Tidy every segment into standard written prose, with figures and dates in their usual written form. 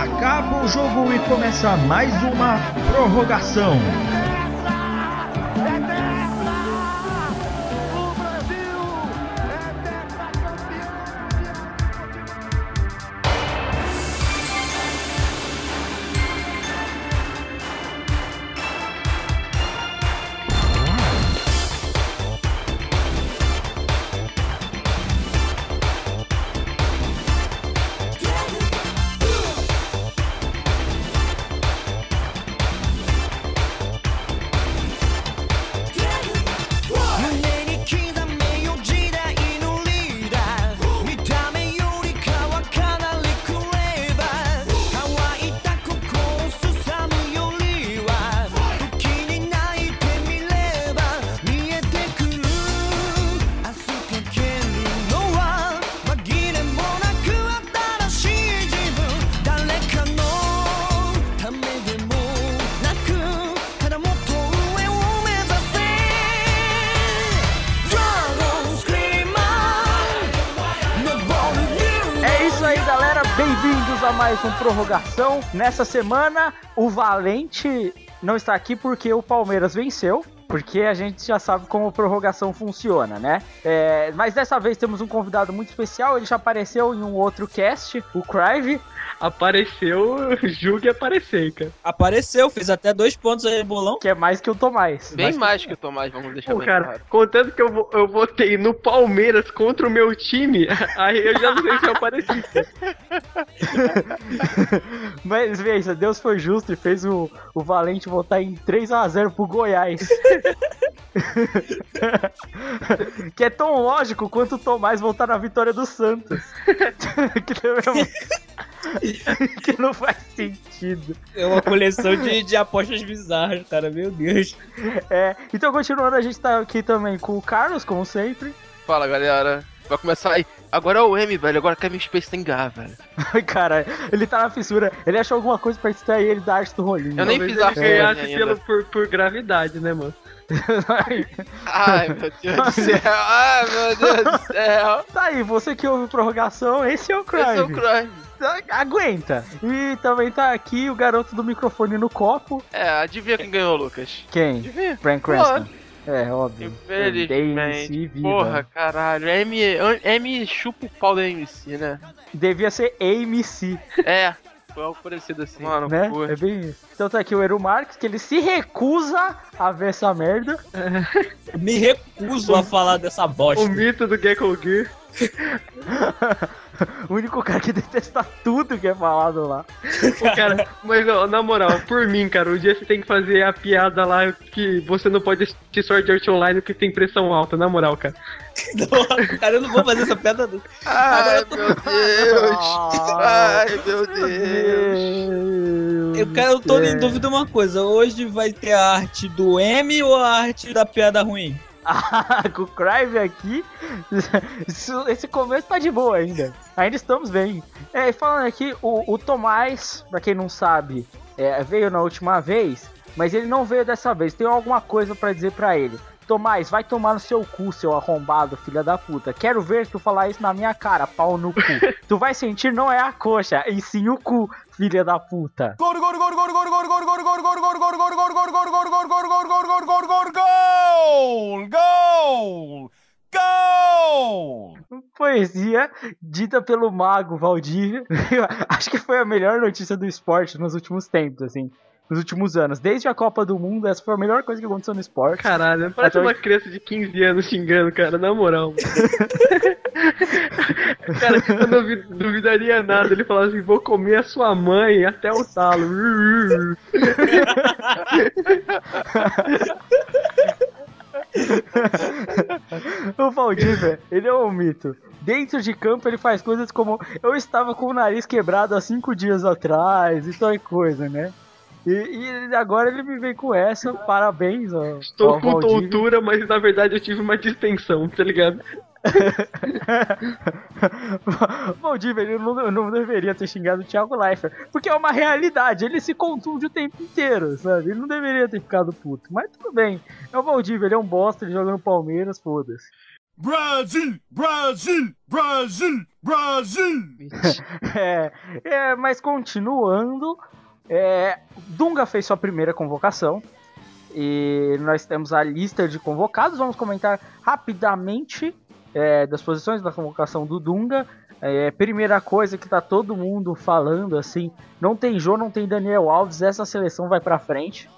Acaba o jogo e começa mais uma prorrogação. Bem-vindos a mais um prorrogação. Nessa semana, o Valente não está aqui porque o Palmeiras venceu. Porque a gente já sabe como a prorrogação funciona, né? Mas dessa vez temos um convidado muito especial. Ele já apareceu em um outro cast, o Crive. Apareceu, julgue aparecer, cara. Apareceu, fez até 2 pontos aí, bolão. Que é mais que o Tomás. Bem mais que o Tomás, vamos deixar bem cara, claro. contando que eu votei no Palmeiras contra o meu time, aí eu já não sei se eu apareci. Mas veja, Deus foi justo e fez o Valente votar em 3-0 pro Goiás. Que é tão lógico quanto o Tomás votar na vitória do Santos. Que não faz sentido. É uma coleção de apostas bizarras, cara, meu Deus. Então continuando, a gente tá aqui também com o Carlos, como sempre. Fala, galera. Vai começar aí. Agora é o M, velho. Agora Kevin Space tem Gá, velho. Cara, ele tá na fissura. Ele achou alguma coisa pra distrair ele da arte do rolinho. Eu nem fiz a ganhasse por gravidade, né, mano? Ai, meu Deus do céu. Ai, meu Deus do céu. Tá aí, você que ouve prorrogação, esse é o Crive. Esse é o Crive. Aguenta. E também tá aqui o garoto do microfone no copo. Adivinha quem ganhou, Lucas? Quem? Adivinha? Frank Cranston. Óbvio. Infelizmente. Porra, caralho. M chupa o pau da MC, né? Devia ser AMC. Foi algo parecido assim. Mano, né? É bem isso. Então tá aqui o Eru Marques, que ele se recusa a ver essa merda. Me recuso a falar dessa bosta. O mito do Gekko Gear. O único cara que detesta tudo que é falado lá. Cara, mas ó, na moral, por mim, cara, um dia você tem que fazer a piada lá que você não pode assistir Sword Art Online porque tem pressão alta, na moral, cara. Não, cara, eu não vou fazer essa piada nunca. Ai, meu Deus. Ai, meu Deus. Eu tô em dúvida uma coisa. Hoje vai ter a arte do M ou a arte da piada ruim? Com o Crive aqui, esse começo tá de boa ainda. Ainda estamos bem. E falando aqui, o Tomás, pra quem não sabe, veio na última vez, mas ele não veio dessa vez. Tem alguma coisa pra dizer pra ele. Tomás, vai tomar no seu cu, seu arrombado, filha da puta. Quero ver tu falar isso na minha cara, pau no cu. Tu vai sentir não é a coxa, e sim o cu, filha da puta. Gol! Poesia dita pelo mago Valdívia. Acho que foi a melhor notícia do esporte nos últimos tempos, assim. Nos últimos anos. Desde a Copa do Mundo, essa foi a melhor coisa que aconteceu no esporte. Caralho, parece uma criança de 15 anos xingando, cara, na moral. Cara, eu não duvidaria nada. Ele falava assim, vou comer a sua mãe até o talo. O Valdívia, ele é um mito. Dentro de campo ele faz coisas como eu estava com o nariz quebrado há 5 dias atrás e tal coisa, né? E agora ele me vem com essa, parabéns. Estou com tontura, mas na verdade eu tive uma distensão, tá ligado? Valdívia, ele não deveria ter xingado o Thiago Leifert, porque é uma realidade, ele se contunde o tempo inteiro, sabe? Ele não deveria ter ficado puto, mas tudo bem. É o Valdívia, ele é um bosta, ele joga no Palmeiras, foda-se. Brasil! Brasil! Brasil! Brasil! Mas continuando, Dunga fez sua primeira convocação e nós temos a lista de convocados. Vamos comentar rapidamente das posições da convocação do Dunga. Primeira coisa que tá todo mundo falando assim: não tem Jô, não tem Daniel Alves, essa seleção vai pra frente.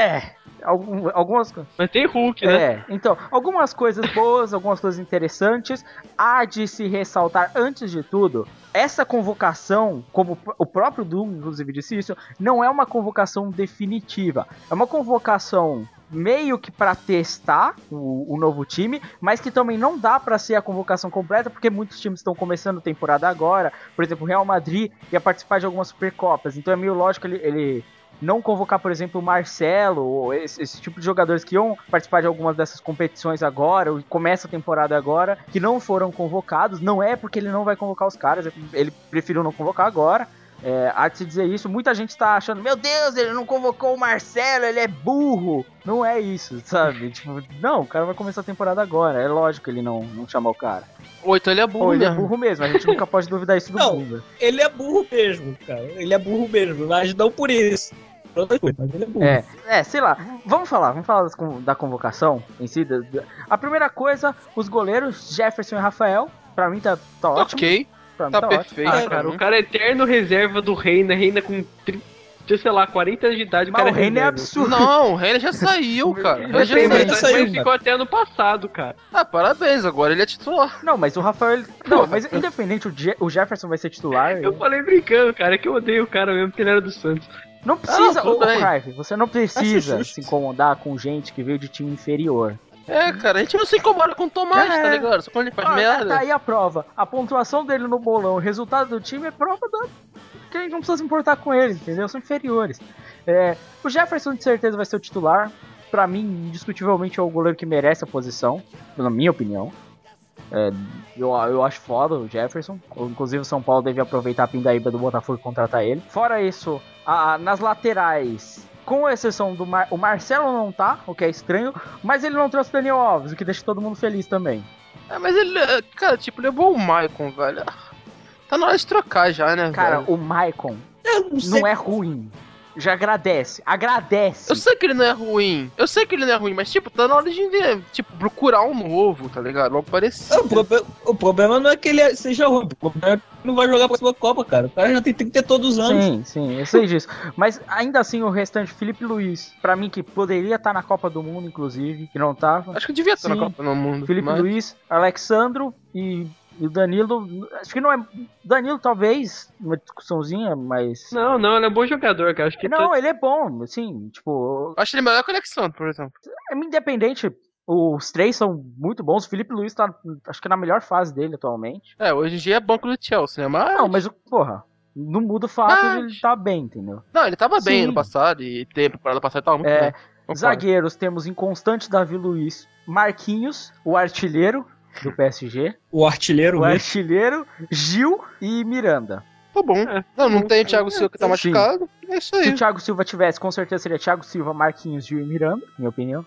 Algumas coisas. Mas tem Hulk, né? Então, algumas coisas boas, algumas coisas interessantes. Há de se ressaltar, antes de tudo, essa convocação, como o próprio Dunga, inclusive, disse isso, não é uma convocação definitiva. É uma convocação meio que para testar o novo time, mas que também não dá para ser a convocação completa, porque muitos times estão começando a temporada agora. Por exemplo, o Real Madrid ia participar de algumas Supercopas, então é meio lógico ele não convocar, por exemplo, o Marcelo, ou esse tipo de jogadores que iam participar de algumas dessas competições agora, ou começa a temporada agora, que não foram convocados. Não é porque ele não vai convocar os caras, ele preferiu não convocar agora. Há de se dizer isso, muita gente tá achando, meu Deus, ele não convocou o Marcelo, ele é burro. Não é isso, sabe? Tipo, não, o cara vai começar a temporada agora, é lógico ele não chamar o cara. Ou então ele é burro, ele é burro mesmo, a gente nunca pode duvidar isso do Dunga. Ele é burro mesmo, cara, ele é burro mesmo, mas não por isso. Mas ele é burro. Sei lá, vamos falar da convocação em si. A primeira coisa, os goleiros Jefferson e Rafael, pra mim tá ótimo. Ok. Tá perfeito. Cara, o cara é eterno reserva do Reina com 40 anos de idade. Mas o Reina é absurdo. Não, o Reina já saiu, cara. Ele já saiu, mas ficou até ano passado, cara. Parabéns, agora ele é titular. Não, mas o Rafael... Não, mas independente, o Jefferson vai ser titular. Eu falei brincando, cara, que eu odeio o cara mesmo, porque ele era do Santos. Não precisa, Clive, você não precisa se incomodar com gente que veio de time inferior. Cara, a gente não se incomoda com o Tomás, tá ligado? Só quando ele faz merda. Tá aí a prova. A pontuação dele no bolão, o resultado do time é prova que a gente não precisa se importar com ele, entendeu? São inferiores. O Jefferson de certeza vai ser o titular. Pra mim, indiscutivelmente é o goleiro que merece a posição, na minha opinião. Eu acho foda o Jefferson. Inclusive o São Paulo deve aproveitar a pindaíba do Botafogo e contratar ele. Fora isso, nas laterais, com exceção do o Marcelo não tá, o que é estranho, mas ele não trouxe o Daniel Alves, o que deixa todo mundo feliz também. Mas ele, cara, levou o Maicon, velho. Tá na hora de trocar já, né, cara, velho? O Maicon não é ruim. Já agradece. Eu sei que ele não é ruim, mas, tá na hora de ver, procurar um novo, tá ligado? Logo parecido. O problema não é que ele seja ruim, o problema é que ele não vai jogar a próxima Copa, cara. O cara já tem 30 todos os anos. Sim, eu sei disso. Mas ainda assim, o restante, Felipe Luiz, pra mim, que poderia estar na Copa do Mundo, inclusive, que não tava. Acho que devia estar na Copa do Mundo. Felipe Luiz, Alexandro e o Danilo, acho que não é... Danilo talvez, uma discussãozinha, mas... Não, ele é um bom jogador, cara. Acho que ele é bom, assim, tipo... Acho ele melhor que o Alexandre, por exemplo. Independente, os três são muito bons. O Felipe Luiz tá, acho que na melhor fase dele atualmente. Hoje em dia é banco do Chelsea, né? Mas... Não, mas, porra, não muda o fato de ele estar bem, entendeu? Não, ele tava bem no passado, e temporada passada tava muito bem. Zagueiros, temos Inconstante, Davi Luiz, Marquinhos, o artilheiro do PSG. O artilheiro, Gil e Miranda. Tá bom. Não tem o Thiago Silva que tá machucado. É isso aí. Se o Thiago Silva tivesse, com certeza seria Thiago Silva, Marquinhos, Gil e Miranda, minha opinião.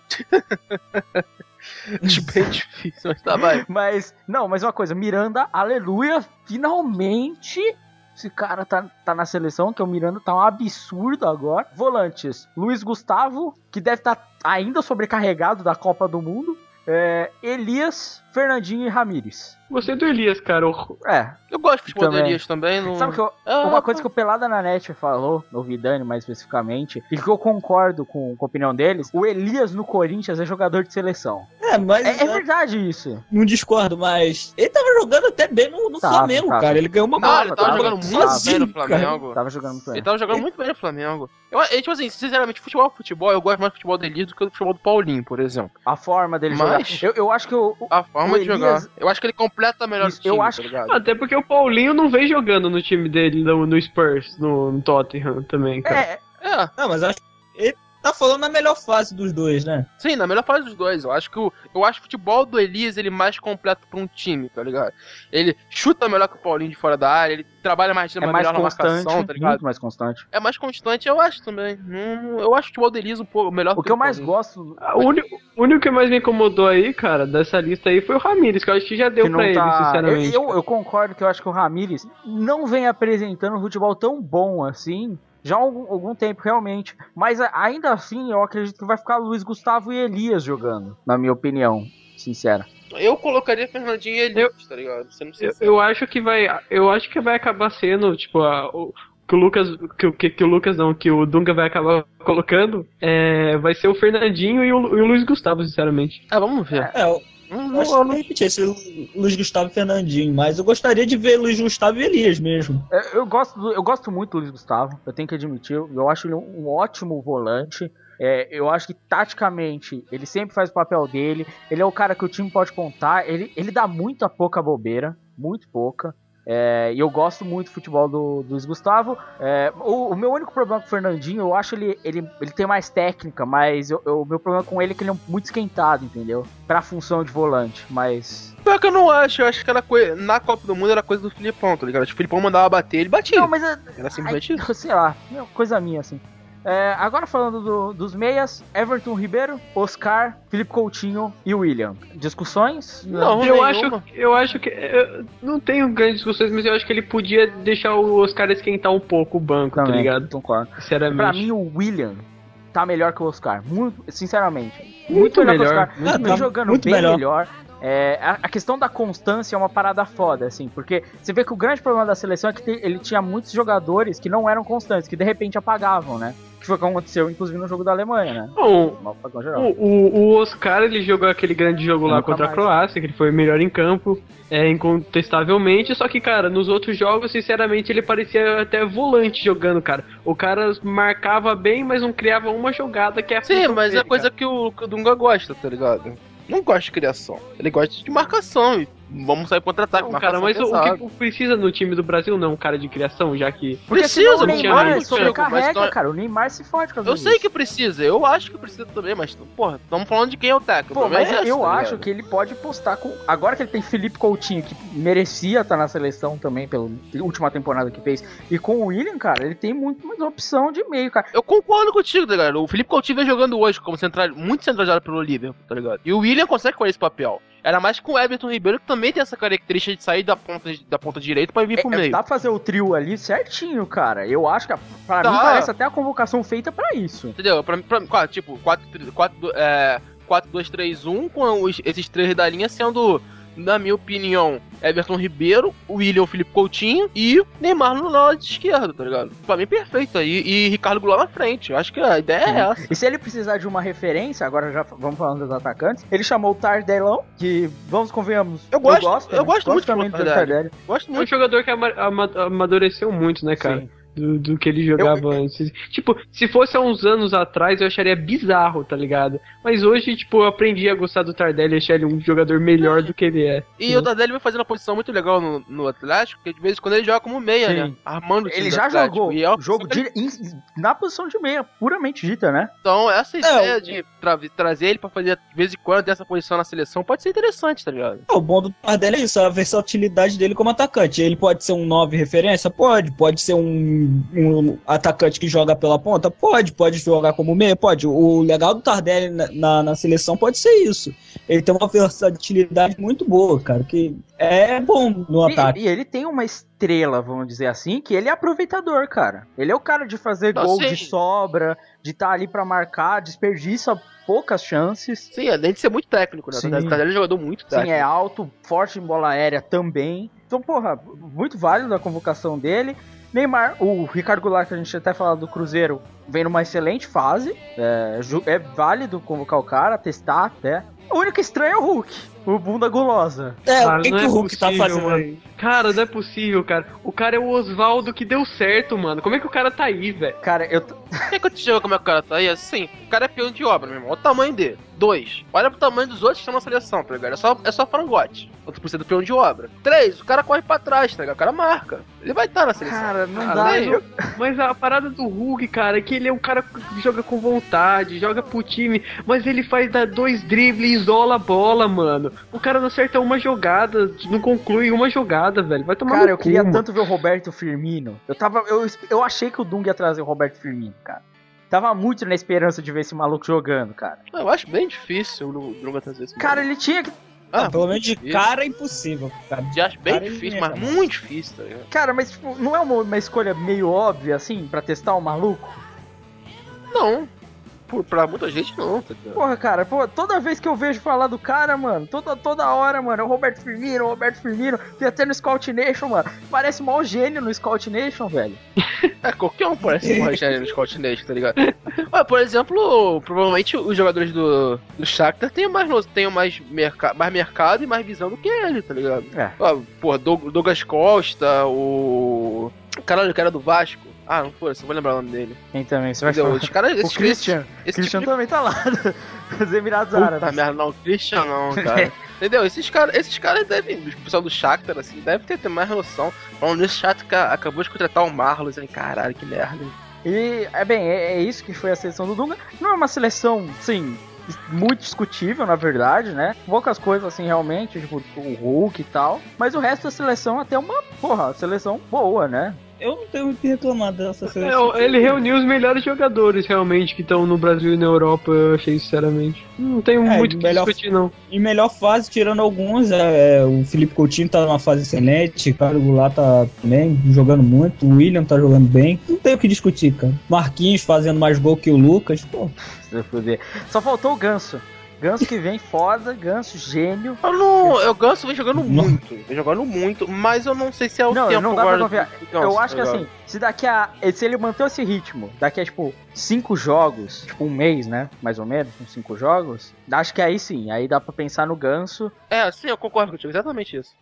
Acho bem difícil, mas tá bem. Mas uma coisa, Miranda, aleluia, finalmente esse cara tá na seleção, que o Miranda tá um absurdo agora. Volantes, Luiz Gustavo, que deve estar ainda sobrecarregado da Copa do Mundo. Elias, Fernandinho e Ramires. Gostei do Elias, cara. Eu gosto de futebol do Elias também. Não... Sabe que uma coisa que o Pelada na Net falou, no Vidani mais especificamente, e que eu concordo com a opinião deles, o Elias no Corinthians é jogador de seleção. Mas é verdade isso. Não discordo, mas ele tava jogando até bem no Flamengo, cara. Ele ganhou uma bola. Ele tava jogando muito bem no Flamengo. Tava jogando muito bem. Ele tava jogando muito bem no Flamengo. Tipo assim, sinceramente, futebol, eu gosto mais do futebol do Elias do que do futebol do Paulinho, por exemplo. A forma dele jogar. Eu acho que a forma de jogar. Eu acho que ele completa melhor o time, eu acho, tá ligado? Até porque o Paulinho não vem jogando no time dele, no Spurs, no Tottenham também, cara. Não, mas acho que ele tá falando na melhor fase dos dois, né? Sim, na melhor fase dos dois. Eu acho que o futebol do Elias ele mais completo pra um time, tá ligado? Ele chuta melhor que o Paulinho de fora da área, ele trabalha mais É mais melhor na constante, marcação, tá ligado? muito mais constante. É mais constante, eu acho também. Eu acho o futebol do Elias um pouco melhor do O que eu mais Paulinho. gosto O único que mais me incomodou aí, cara, dessa lista aí foi o Ramires, que eu acho que já deu que pra não ele, tá... sinceramente. Eu concordo que eu acho que o Ramires não vem apresentando um futebol tão bom assim já há algum tempo, realmente. Mas ainda assim, eu acredito que vai ficar Luiz Gustavo e Elias jogando, na minha opinião, sincera. Eu colocaria Fernandinho e Elias, tá ligado? Você não precisa. Eu acho que vai acabar sendo, tipo, que o Dunga vai acabar colocando, vai ser o Fernandinho e o Luiz Gustavo, sinceramente. Vamos ver. Eu acho que eu repetir esse Luiz Gustavo e Fernandinho, mas eu gostaria de ver Luiz Gustavo e Elias mesmo. Eu gosto muito do Luiz Gustavo, eu tenho que admitir. Eu acho ele um ótimo volante. Eu acho que taticamente ele sempre faz o papel dele. Ele é o cara que o time pode contar. Ele dá muita pouca bobeira, muito pouca. E eu gosto muito do futebol do Luiz Gustavo. O meu único problema com o Fernandinho, eu acho ele tem mais técnica, mas o meu problema com ele é que ele é muito esquentado, entendeu? Pra função de volante, mas... Pior que eu não acho, eu acho que era coisa. Na Copa do Mundo era coisa do Filipão, tá ligado? Tipo, o Filipão mandava bater, ele batia. Não, mas era simplesmente isso. sei lá, coisa minha, assim. Agora falando dos meias, Everton Ribeiro, Oscar, Felipe Coutinho e William. Discussões? Não, eu acho que não tenho grandes discussões, mas eu acho que ele podia deixar o Oscar esquentar um pouco o banco, Também, tá ligado? Concordo. Sinceramente. Pra mim, o William tá melhor que o Oscar. Muito, sinceramente. Muito melhor que o Oscar. Tá jogando muito bem melhor. A questão da constância é uma parada foda, assim, porque você vê que o grande problema da seleção é que ele tinha muitos jogadores que não eram constantes, que de repente apagavam, né? Que foi o que aconteceu, inclusive, no jogo da Alemanha, né? O Oscar, ele jogou aquele grande jogo lá contra a Croácia, que ele foi melhor em campo, incontestavelmente, só que, cara, nos outros jogos, sinceramente, ele parecia até volante jogando, cara. O cara marcava bem, mas não criava uma jogada que é... Sim, mas é coisa que o Dunga gosta, tá ligado? Não gosta de criação, ele gosta de marcação e vamos sair contra-ataque. Cara, mas o que precisa no time do Brasil não, um cara de criação, já que... Precisa, o Neymar sobrecarrega, cara, o Neymar se fode com as sei que precisa, eu acho que precisa também, mas, porra, estamos falando de quem é o técnico. Pô, mas eu acho que ele pode postar com... Agora que ele tem Felipe Coutinho, que merecia estar na seleção também, pela última temporada que fez, e com o William, cara, ele tem muito mais opção de meio, cara. Eu concordo contigo, tá ligado? O Felipe Coutinho vem jogando hoje como muito centralizado pelo Liverpool, tá ligado? E o William consegue fazer esse papel. Era mais com o Everton Ribeiro, que também tem essa característica de sair da ponta direita pra vir pro meio. Dá pra fazer o trio ali certinho, cara. Eu acho que, pra mim, parece até a convocação feita pra isso. Entendeu? Tipo, 4-2-3-1, com esses três da linha sendo, na minha opinião, Everton Ribeiro, William, Felipe Coutinho e Neymar no lado esquerdo, tá ligado? Pra mim, perfeito. E Ricardo Goulart na frente. Eu acho que a ideia é essa. E se ele precisar de uma referência, agora já vamos falando dos atacantes, ele chamou o Tardelão, que, convenhamos, eu gosto muito também do Tardelli. Gosto muito. É um jogador que amadureceu muito, né, cara? Sim. Do que ele jogava antes. Tipo, se fosse há uns anos atrás, eu acharia bizarro, tá ligado? Mas hoje, tipo, eu aprendi a gostar do Tardelli e achar ele um jogador melhor do que ele é. E o Tardelli vai fazendo uma posição muito legal no Atlético, porque de vez em quando ele joga como meia, Sim. né? Armando o time Ele do já Atlético. jogou E jogo na posição de meia, puramente dita, né? Então, essa ideia de trazer ele pra fazer de vez em quando dessa posição na seleção pode ser interessante, tá ligado? O bom do Tardelli é isso, a versatilidade dele como atacante. Ele pode ser um 9 referência? Pode ser um atacante que joga pela ponta? Pode jogar como meia? Pode. O legal do Tardelli na seleção pode ser isso. Ele tem uma versatilidade muito boa, cara, que é bom no ataque. E ele tem uma estrela, vamos dizer assim, que ele é aproveitador, cara. Ele é o cara de fazer gol de sobra, de estar ali pra marcar, desperdiça poucas chances. Sim, além de ser muito técnico, né? O Tardelli é um jogador muito técnico. Sim, é alto, forte em bola aérea também. Então, porra, muito válido a convocação dele. Neymar, o Ricardo Goulart, que a gente até falou do Cruzeiro, vem numa excelente fase. É válido convocar o cara, testar até. O único estranho é o Hulk, o bunda gulosa. O que o Hulk tá fazendo aí? Cara, não é possível, cara. O cara é o Oswaldo que deu certo, mano. Como é que o cara tá aí, velho? Cara, Quer que eu te diga como é que o cara tá aí? Assim, o cara é peão de obra, meu irmão. Olha o tamanho dele. 2, olha pro tamanho dos outros que estão na seleção, tá ligado? É só frangote. Outro por ser do peão de obra. 3, o cara corre pra trás, tá ligado? O cara marca. Ele vai estar na seleção. Cara, não dá. Mas a parada do Hulk, cara, é que ele é um cara que joga com vontade, joga pro time, mas ele faz 2 dribles e isola a bola, mano. O cara não acerta uma jogada, não conclui uma jogada, velho. Vai tomar Cara, no eu cu, queria mano. tanto ver o Roberto Firmino. Eu achei que o Dung ia trazer o Roberto Firmino, cara. Tava muito na esperança de ver esse maluco jogando, cara. Eu acho bem difícil o Dunga trazer esse Cara, ele tinha que... Pelo menos de difícil. cara é impossível, cara. Já acho bem Cara, difícil, ele mas é, muito difícil, tá ligado? Cara, mas tipo, não é uma escolha meio óbvia, assim, pra testar o maluco? Não. Pra muita gente não, tá ligado? Porra, cara, toda vez que eu vejo falar do cara, mano, toda hora, mano, é o Roberto Firmino, tem até no Scout Nation, mano. Parece o maior gênio no Scout Nation, velho. Qualquer um parece um Rogério no Scout Nation, tá ligado? Olha, por exemplo, provavelmente os jogadores do Shakhtar têm mais mercado e mais visão do que ele, tá ligado? Porra, Douglas Costa, o cara do Vasco. Não foi, só vou lembrar o nome dele. Quem também? Você vai Entendeu? falar? Os caras, O Christian. Christian tipo também tá lá. Os Emirados Puta Árabes. merda, não, Christian não, cara. Entendeu? Esses caras devem, o pessoal do Shakhtar, assim, deve ter mais noção. Falando nisso, o Shakhtar acabou de contratar o Marlos, hein? Caralho, que merda. E, é isso que foi a seleção do Dunga. Não é uma seleção, sim, muito discutível, na verdade, né? Poucas coisas, assim, realmente, tipo, o Hulk e tal. Mas o resto da seleção até uma, seleção boa, né? Eu não tenho o que reclamar dessa seleção. Ele reuniu os melhores jogadores, realmente, que estão no Brasil e na Europa, eu achei, sinceramente. Não tenho muito o que discutir, não. Em melhor fase, tirando alguns, o Felipe Coutinho tá numa fase excelente, o Ricardo Goulart tá também jogando muito, o William tá jogando bem. Não tem o que discutir, cara. Marquinhos fazendo mais gol que o Lucas, pô. Só faltou o Ganso. Ganso que vem foda, Ganso gênio. O Ganso vem jogando muito, mas eu não sei se é o tempo não dá agora. Pra confiar. Eu acho que assim, se ele manter esse ritmo, daqui a tipo 5 jogos, tipo um mês, né, mais ou menos, uns 5 jogos, acho que aí sim, aí dá pra pensar no Ganso. Sim, eu concordo contigo, exatamente isso.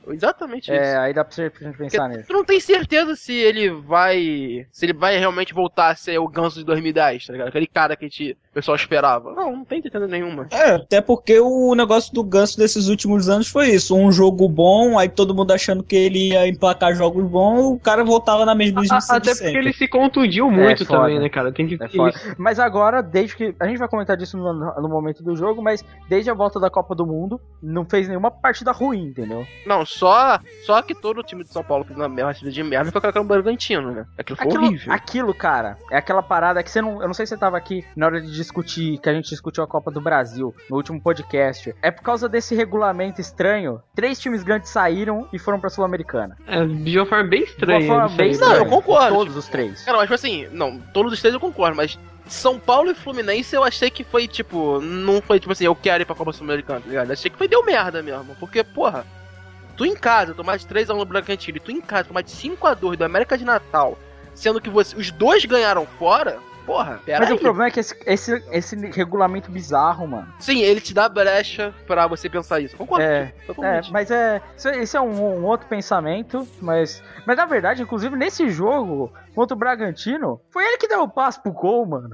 Aí dá pra gente pensar nele. Tu não tem certeza se ele vai realmente voltar a ser o Ganso de 2010, tá ligado? Aquele cara que o pessoal esperava. Não tem certeza nenhuma. Até porque o negócio do Ganso desses últimos anos foi isso, um jogo bom, aí todo mundo achando que ele ia emplacar jogos bons, o cara voltava na mesma Até porque ele se contundiu muito também, né, cara? Tem que Mas agora, desde que... A gente vai comentar disso no momento do jogo, mas desde a volta da Copa do Mundo, não fez nenhuma partida ruim, entendeu? Não, só que todo o time de São Paulo fez uma partida de merda e foi colocar no Bragantino, né? Aquilo foi horrível. Aquilo, cara, é aquela parada que eu não sei se você tava aqui na hora de discutir, que a gente discutiu a Copa do Brasil no último podcast. É por causa desse regulamento estranho, 3 times grandes saíram e foram pra Sul-Americana. De uma forma bem estranha. Não, eu concordo. Todos os 3. Cara, mas tipo assim, não, todos os 3 eu concordo, mas São Paulo e Fluminense eu achei que foi tipo, não foi tipo assim, eu quero ir pra Copa Sul-Americana, tá ligado? Achei que deu merda mesmo, porque, porra, tu em casa tomar de 3x1 no Bragantino e tu em casa tomar de 5x2 do América de Natal, sendo que os dois ganharam fora, porra, pera. Mas aí. O problema é que esse regulamento bizarro, mano. Sim, ele te dá brecha pra você pensar isso. Concordo. Mas esse é um outro pensamento, mas na verdade, inclusive nesse jogo contra o Bragantino, foi ele que deu o passe pro gol, mano.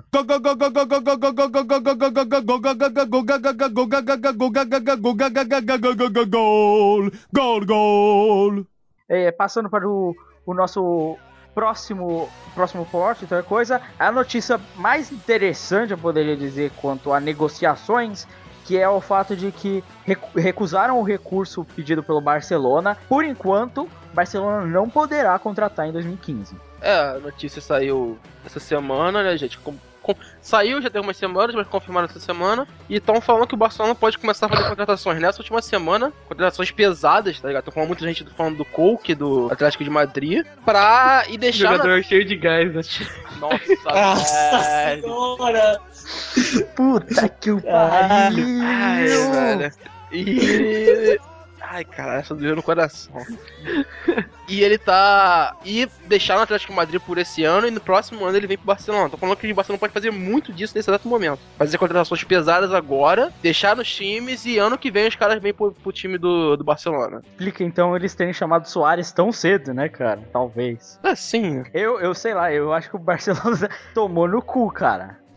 Gol. Passando para o nosso próximo porte, outra coisa, a notícia mais interessante, eu poderia dizer, quanto a negociações, que é o fato de que recusaram o recurso pedido pelo Barcelona. Por enquanto, Barcelona não poderá contratar em 2015. A notícia saiu essa semana, né, gente? Saiu já tem umas semanas, mas confirmaram essa semana. E estão falando que o Barcelona pode começar a fazer contratações nessa última semana. Contratações pesadas, tá ligado? Estão falando muita gente falando do Coke, do Atlético de Madrid. E deixar... Jogador cheio de gás, né? Nossa, velho. Senhora! Puta que o pariu! Ai, velho. Ai, caralho, essa doeu no coração. E ele e deixar no Atlético de Madrid por esse ano, e no próximo ano ele vem pro Barcelona. Tô falando que o Barcelona pode fazer muito disso nesse exato momento. Fazer contratações pesadas agora, deixar nos times, e ano que vem os caras vêm pro time do Barcelona. Explica então eles terem chamado Suárez tão cedo, né, cara? Talvez. Sim. Eu sei lá, eu acho que o Barcelona tomou no cu, cara.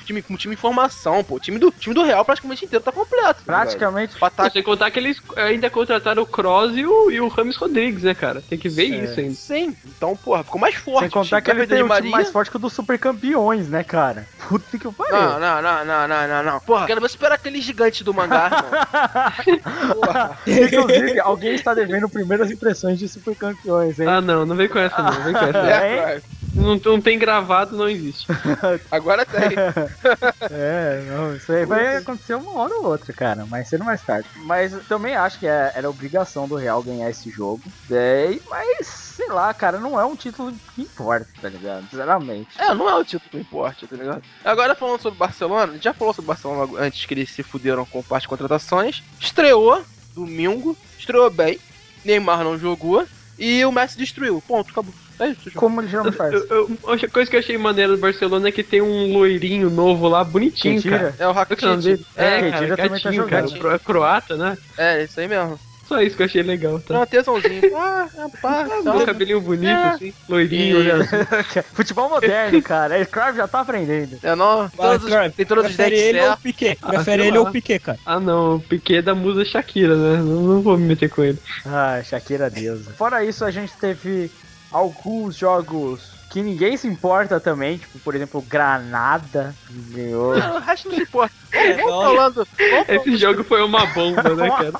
um time em formação, pô. O time do Real praticamente inteiro tá completo. Praticamente. Sem contar que eles ainda contrataram o Kroos e o Rames Rodrigues, né, cara? Tem que ver isso ainda. Sim, então, porra, ficou mais forte. Sem contar que ele tem um time mais forte que o dos super campeões, né, cara? Puta que pariu. Não. Porra, quero ver superar aquele gigante do mangá, irmão. Porra. Inclusive, alguém está devendo primeiras impressões de super campeões, hein? Ah, não vem com essa, não. Vem com essa. Não tem gravado, não existe. Agora tem. Não, isso aí vai acontecer uma hora ou outra, cara, mais cedo ou mais tarde. Mas eu também acho que era obrigação do Real ganhar esse jogo. Mas, sei lá, cara, não é um título que importa, tá ligado? Sinceramente. Não é um título que importa, tá ligado? Agora falando sobre o Barcelona, a gente já falou sobre o Barcelona antes que eles se fuderam com parte de contratações. Estreou domingo, estreou bem. Neymar não jogou. E o Messi destruiu. Ponto, acabou. É isso, como ele geralmente faz. A coisa que eu achei maneira do Barcelona é que tem um loirinho novo lá, bonitinho, cara. É o Rakitic. Kedira também tá jogando. Cara, croata, né? É, isso aí mesmo. Só isso que eu achei legal, tá? Não, tesãozinho. Um cabelinho bonito, assim, loirinho, olhando assim. Futebol moderno, cara. O Cruyff já tá aprendendo. Tem todos os dentes ele ou o certos. Piquet. Prefere ele ou o Piquet, cara. Ah, não. O Piquet é da musa Shakira, né? Não vou me meter com ele. Shakira deusa. Fora isso, a gente teve alguns jogos que ninguém se importa também, tipo, por exemplo, Granada ganhou. O resto não importa. Vamos falando. Esse jogo foi uma bomba, né, cara?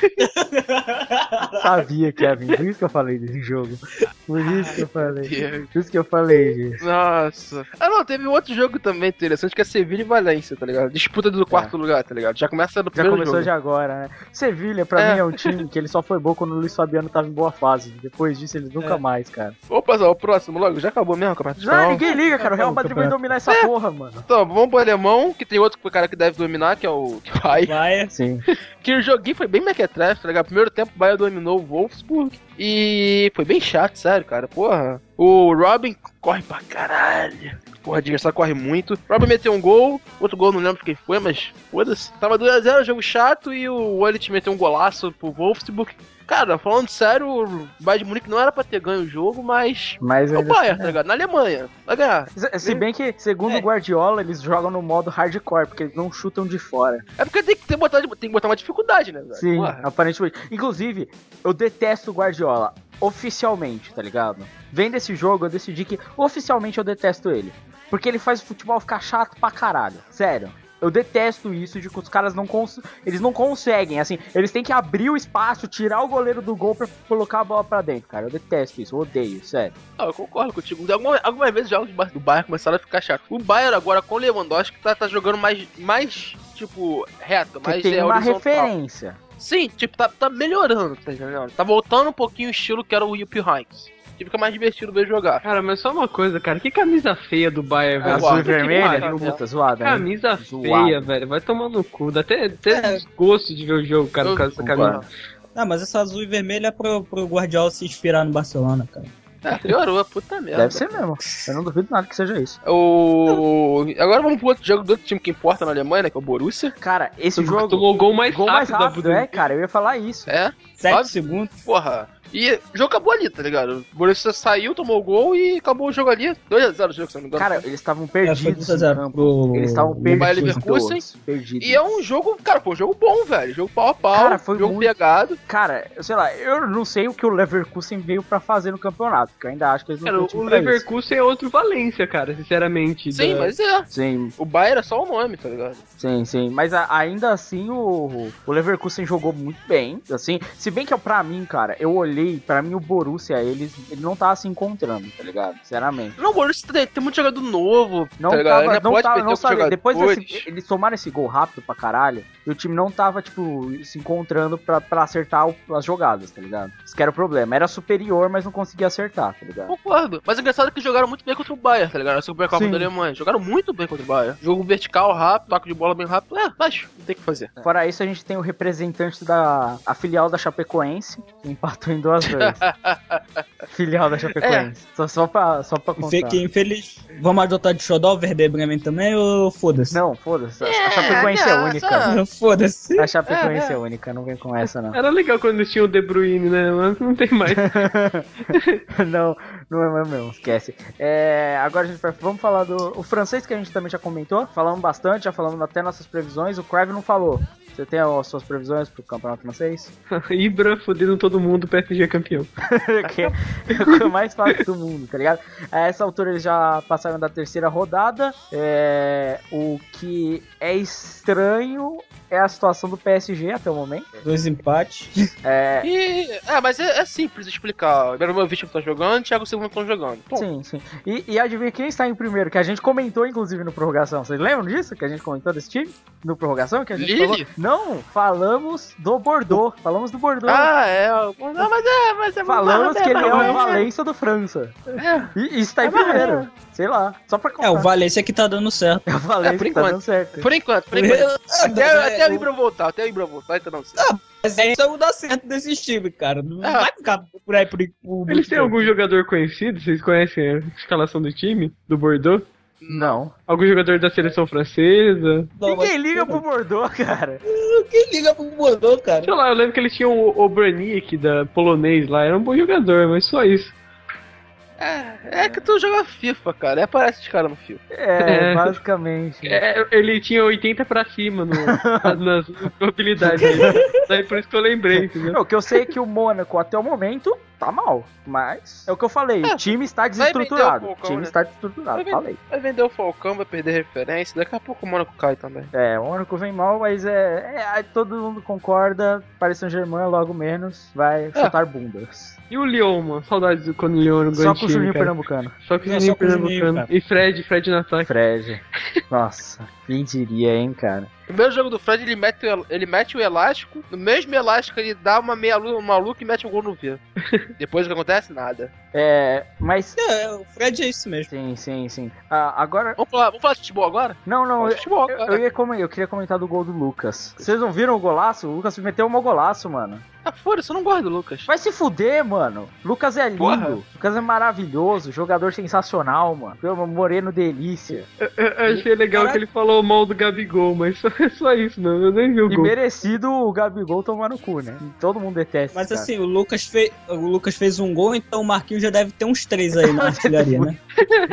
Sabia, Kevin. Por isso que eu falei desse jogo. Por isso que eu falei. Por isso que eu falei disso. Nossa. Não, teve outro jogo também interessante que é Sevilha e Valência, tá ligado? Disputa do quarto lugar, tá ligado? Já começa no primeiro jogo. Já começou de agora, né? Sevilha, pra mim, é um time que ele só foi bom quando o Luiz Fabiano tava em boa fase. Depois disso, ele nunca mais, cara. Opa, o próximo logo. Já acabou mesmo o campeonato espanhol? Ninguém liga, cara. O Real Madrid vai dominar essa porra, mano. Então, vamos pro alemão, que tem outro cara que deve dominar, que é o Bayern. Sim. Que o joguinho foi bem mequetrefe, tá ligado? Primeiro tempo o Bayern dominou o Wolfsburg e foi bem chato, sério, cara. Porra. O Robin corre pra caralho. Porra, o adversário corre muito. O Robin meteu um gol, outro gol não lembro quem foi, mas foda-se. Tava 2x0, jogo chato, e o Wallet meteu um golaço pro Wolfsburg. Cara, falando sério, o Bayern de Munique não era pra ter ganho o jogo, mas é o Bayern, tá ligado? Na Alemanha, vai ganhar. Se bem que, segundo o Guardiola, eles jogam no modo hardcore, porque eles não chutam de fora. É porque tem que botar uma dificuldade, né, velho? Sim, aparentemente. Inclusive, eu detesto o Guardiola, oficialmente, tá ligado? Vendo esse jogo, eu decidi que oficialmente eu detesto ele. Porque ele faz o futebol ficar chato pra caralho, sério. Eu detesto isso de que os caras eles não conseguem, assim, eles têm que abrir o espaço, tirar o goleiro do gol pra colocar a bola pra dentro, cara. Eu detesto isso, eu odeio, sério. Eu concordo contigo. Algumas vezes os jogos do Bayern começaram a ficar chato. O Bayern agora com o Lewandowski tá jogando mais tipo, reto, mais tem uma horizontal. Referência. Sim, tipo, tá melhorando, tá entendendo? Tá voltando um pouquinho o estilo que era o Jupp Heynckes. Fica mais divertido ver jogar. Cara, mas só uma coisa, cara. Que camisa feia do Bayern, velho. Azul e vermelha? Puta, zoada, né? Camisa feia, velho. Vai tomar no cu. Dá até desgosto de ver o jogo, cara, por causa dessa camisa. Mas essa azul e vermelha é pro Guardiola se inspirar no Barcelona, cara. Piorou, puta merda. Deve ser mesmo. Eu não duvido nada que seja isso. Agora vamos pro outro jogo do outro time que importa na Alemanha, né? Que é o Borussia. Cara, esse jogo... Tomou o gol mais rápido da cara. Eu ia falar isso. 7 segundos. Porra. E o jogo acabou ali, tá ligado? O Borussia saiu, tomou o gol e acabou o jogo ali. 2x0 o jogo, se não me engano. Cara, eles estavam perdidos. Eles estavam perdidos. E é um jogo, cara, um jogo bom, velho. Jogo pau a pau. Cara, foi jogo muito... pegado. Cara, sei lá, eu não sei o que o Leverkusen veio pra fazer no campeonato, porque eu ainda acho que eles não o Leverkusen é outro Valência, cara, sinceramente. Sim, mas é. Sim. O Bayern é só o nome, tá ligado? Sim. Mas ainda assim o Leverkusen jogou muito bem, assim. Se bem que pra mim, cara, eu olhei, pra mim o Borussia, ele não tava se encontrando, tá ligado? Sinceramente. Não, o Borussia tem muito jogador novo, não tá ligado? Não sabia. Depois eles tomaram esse gol rápido pra caralho, e o time não tava, tipo, se encontrando pra acertar as jogadas, tá ligado? Isso que era o problema. Era superior, mas não conseguia acertar, tá ligado? Concordo. Mas o engraçado é que jogaram muito bem contra o Bayern, tá ligado? Na Supercopa da Alemanha. Jogaram muito bem contra o Bayern. Jogo vertical rápido, toque de bola bem rápido. Mas não tem o que fazer. Fora isso, a gente tem o representante a filial da Chapecoense, que empatou em 2-2. Filial da Chapecoense. Só pra contar. Fiquei infeliz. Vamos adotar de xodó o Werder Bremen também ou foda-se? Não, foda-se. A Chapecoense é única. Foda-se. A Chapecoense é única, não vem com essa, não. Era legal quando eles tinham o De Bruyne, né? Mas não tem mais. Não é mesmo, esquece. Agora vamos falar do o francês, que a gente também já comentou. Falamos bastante, já falamos até nossas previsões. O Crave não falou. Você tem as suas previsões pro campeonato francês? Ibra fodendo todo mundo, o PSG é campeão. Que é o mais fácil do mundo, tá ligado? A essa altura eles já passaram da terceira rodada. O que é estranho é a situação do PSG até o momento. 2 empates. Mas é simples de explicar. O Ibrahimovic tá jogando, o Thiago Silva estão jogando. Pô. Sim. E adivinha quem está em primeiro? Que a gente comentou, inclusive, no Prorrogação. Vocês lembram disso? Que a gente comentou desse time? No Prorrogação? Que a gente falou... Não, falamos do Bordeaux. Falamos do Bordeaux. Não, mas é falamos que ele é o Valência do França. E está em primeiro. Sei lá, só pra contar. O Valência que tá dando certo. É o Valência que tá dando certo. Por enquanto. Até o Ibra voltar, então não sei. Mas é isso dá certo desses times, cara. Não vai ficar por aí por Eles têm algum jogador conhecido? Vocês conhecem a escalação do time? Do Bordeaux? Não. Algum jogador da seleção francesa? Ninguém liga pro Bordeaux, cara. Quem liga pro Bordeaux, cara? Sei lá, eu lembro que eles tinham o Branik da polonês lá. Era um bom jogador, mas só isso. É que tu joga FIFA, cara. Aparece os caras no FIFA. Basicamente. Ele tinha 80 pra cima nas probabilidades aí. Daí por isso que eu lembrei, entendeu? O que eu sei é que o Mônaco, até o momento, tá mal. Mas é o que eu falei. O time está desestruturado. Falei. Vai vender o Falcão, vai perder referência. Daqui a pouco o Mônaco cai também. O Mônaco vem mal, mas todo mundo concorda. Paris Saint-Germain, logo menos, vai chutar bundas. E o Lyon, mano? Saudades do quando o Lyon não ganhou. Só com o Juninho Pernambucano. Só com o Juninho Pernambucano. E Fred no ataque. Fred. Nossa, quem diria, hein, cara? Primeiro jogo do Fred, ele mete o elástico. No mesmo elástico, ele dá uma meia-lua maluca e mete um gol no V. Depois o que acontece? Nada. Mas... o Fred é isso mesmo. Sim. Agora... Vamos falar de futebol agora? Não. Eu queria comentar do gol do Lucas. Vocês não viram o golaço? O Lucas meteu um golaço, mano. Foda-se, eu não gosto do Lucas. Vai se fuder, mano. Lucas é lindo. Porra. Lucas é maravilhoso. Jogador sensacional, mano. Moreno delícia. Eu achei legal que ele falou mal do Gabigol, mas só isso, não. Eu nem vi o gol. E merecido o Gabigol tomar no cu, né? Todo mundo detesta. Mas assim, o Lucas fez um gol, então o Marquinhos já deve ter uns 3 aí na artilharia, né?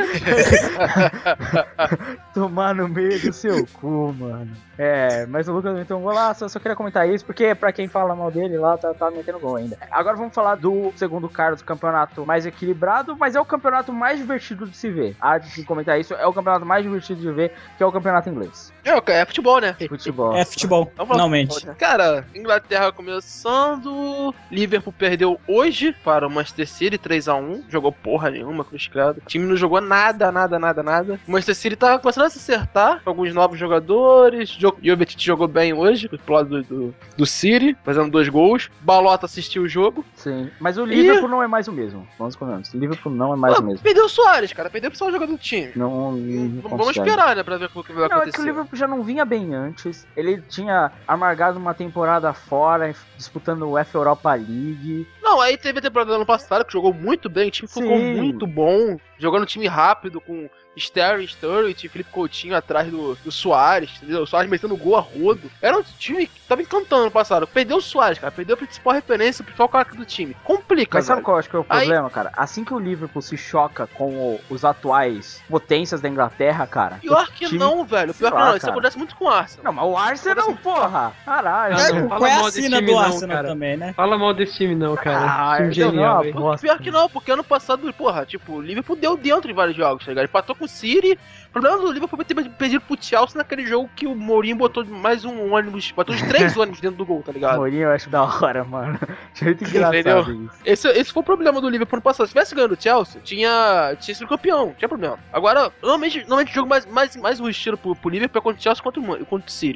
Tomar no meio do seu cu, mano. Mas o Lucas meteu um golaço. Eu só queria comentar isso, porque pra quem fala mal dele lá, tá metendo gol ainda. Agora vamos falar do segundo cara do campeonato mais equilibrado, mas é o campeonato mais divertido de se ver. Antes de comentar isso, é o campeonato mais divertido de ver, que é o campeonato inglês. É futebol, né? É futebol, finalmente. Cara, Inglaterra começando, Liverpool perdeu hoje para o Manchester City 3-1, jogou porra nenhuma, cruz credo. O time não jogou nada. O Manchester City tava começando a se acertar com alguns novos jogadores. Jovetic jogou bem hoje, pro lado do City, fazendo 2 gols. Balota assistiu o jogo. Sim, mas o Liverpool não é mais o mesmo. Vamos combinar. O Liverpool não é mais o mesmo. Perdeu o Soares, cara. Perdeu o principal jogador do time. Não vamos esperar, né, pra ver o que vai acontecer. É que o Liverpool já não vinha bem antes. Ele tinha amargado uma temporada fora, disputando o UEFA Europa League. Não, aí teve a temporada do ano passado, que jogou muito bem. O time ficou muito bom. Jogando um time rápido, com Sturridge e Felipe Coutinho atrás do Soares, entendeu? O Soares metendo gol a rodo. Era um time que tava encantando no passado. Perdeu o Soares, cara. Perdeu a principal referência, o principal cara do time. Complica, mas sabe qual eu acho que é o problema, cara? Assim que o Liverpool se choca com os atuais potências da Inglaterra, cara... Pior que não, velho. Pior que não. Isso acontece muito com o Arsenal. Não, mas o Arsenal, porra! Caralho. Qual é a sina do Arsenal também, né? Fala mal desse time não, cara. Genial, pior que não, porque ano passado, porra, tipo, o Liverpool deu dentro em vários jogos, tá ligado? Ele empatou com o City. O problema do Liverpool foi ter perdido pro Chelsea naquele jogo que o Mourinho botou mais um ônibus, botou os 3 ônibus dentro do gol, tá ligado? Mourinho eu acho da hora, mano. Muito engraçado isso. Esse foi o problema do Liverpool no passado. Se tivesse ganhando o Chelsea, tinha sido campeão, não tinha problema. Agora, normalmente o jogo mais o estilo pro Liverpool é contra o Chelsea contra o City.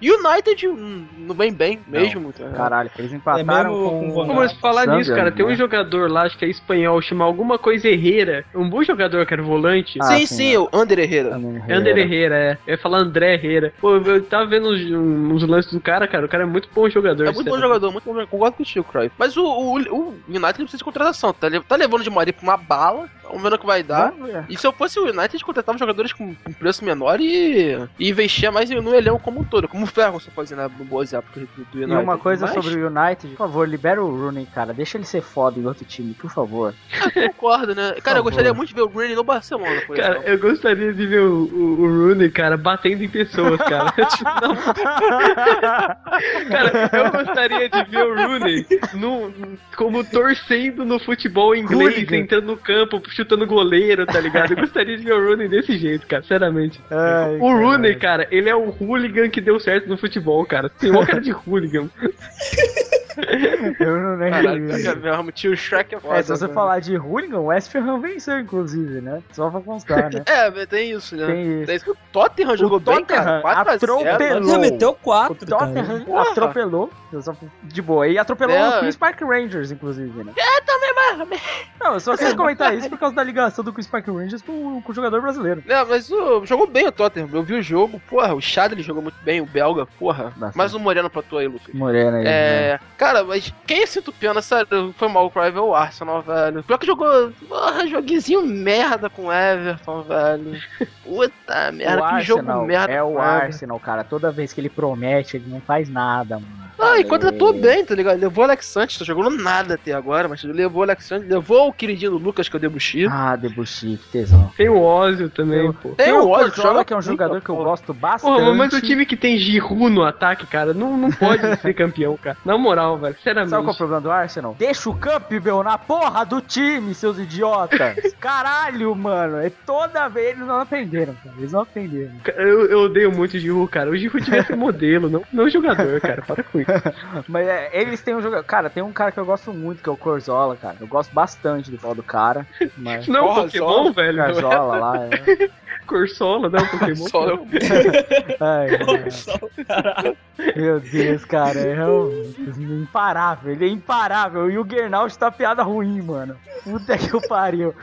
United não vem bem mesmo. Tá? Caralho, eles empataram com Mas falar Sander, nisso, cara, tem um né? jogador lá, acho que é espanhol, chama alguma coisa Herrera. Um bom jogador que era volante. Ah, sim, o Ander Herrera. Ander Herrera, é. Eu ia falar André Herrera. Pô, eu tava vendo uns lances do cara, o cara é muito bom jogador. É muito bom jogador, muito bom jogador. Concordo contigo, Cruyff. Mas o United precisa de contratação. Tá levando de Maria pra uma bala. Vamos ver o que vai dar. E se eu fosse o United, contratava jogadores com preço menor e investia mais no elenco como um todo. Como o Ferguson fazia na boas épocas do United. E uma coisa Mas, sobre o United, por favor, libera o Rooney, cara. Deixa ele ser foda em outro time, por favor. Concordo, né? Cara, eu gostaria muito de ver o Rooney no Barcelona, por Cara, exemplo. eu gostaria de ver o Rooney, cara, batendo em pessoas, cara. Tipo, não. Cara, eu gostaria de ver o Rooney como torcendo no futebol inglês, Hooligan. entrando no campo, chutando goleiro, tá ligado? Eu gostaria de ver o Rooney desse jeito, cara, sinceramente. Ai, O Rooney, cara, ele é o hooligan que deu certo no futebol, cara. Tem uma cara de hooligan. Eu não lembro. Caralho, tio Shrek é foda. Se você falar de hooligan, o West Ham venceu, inclusive, né? Só pra constar, né? Tem isso, né? Tem isso. O Tottenham jogou bem, cara. 4 a 0. atropelou. Já meteu 4, O Tottenham Porra. atropelou. De boa. E atropelou É. o Queen's Park Rangers, inclusive, né? Não, eu só quis comentar isso por causa da ligação do Queen's Park Rangers com o jogador brasileiro. Não, mas jogou bem o Tottenham. Eu vi o jogo, porra. O Chadley jogou muito bem, o belga, porra. Bastante. Mais um Moreno pra tu aí, Lucas. Morena aí. né? Cara, mas quem sinto pena, sério, foi mal o Cruyff, é o Arsenal, velho. Pior que jogou, joguinho merda com o Everton, velho. Puta merda, que jogo merda. É com o Everton. Arsenal, cara. Toda vez que ele promete, ele não faz nada, mano. E contratou bem, tá ligado? Levou o Alex Santos, tá jogando nada até agora, mas levou o Alex Santos, levou o queridinho Lucas, que é o Debuchy. Debuchy, que tesão. Tem o Ozil também, pô. Tem o Ozil, Corzola, que é um muito, jogador que eu pô. gosto bastante. Porra, mas o time que tem Giroud no ataque, cara, não pode ser campeão, cara. Na moral, velho, sinceramente. Sabe qual é o problema do Arsenal? Deixa o Campbell na porra do time, seus idiotas. Caralho, mano. É toda vez eles não aprenderam, cara. Eles não aprenderam. Eu odeio muito o Giroud, cara. O Giroud devia ser modelo, não jogador, cara. Para com isso. Mas eles têm um jogador. Cara, tem um cara que eu gosto muito, que é o Corzola, cara. Eu gosto bastante do pau do cara. Mas... Não é um Porra, Pokémon, velho. Corzola lá, Corsola, não é um Pokémon. Só Ai, cara. Meu Deus, cara. É imparável. Ele é imparável. E o Gernalt tá piada ruim, mano. Puta que o pariu.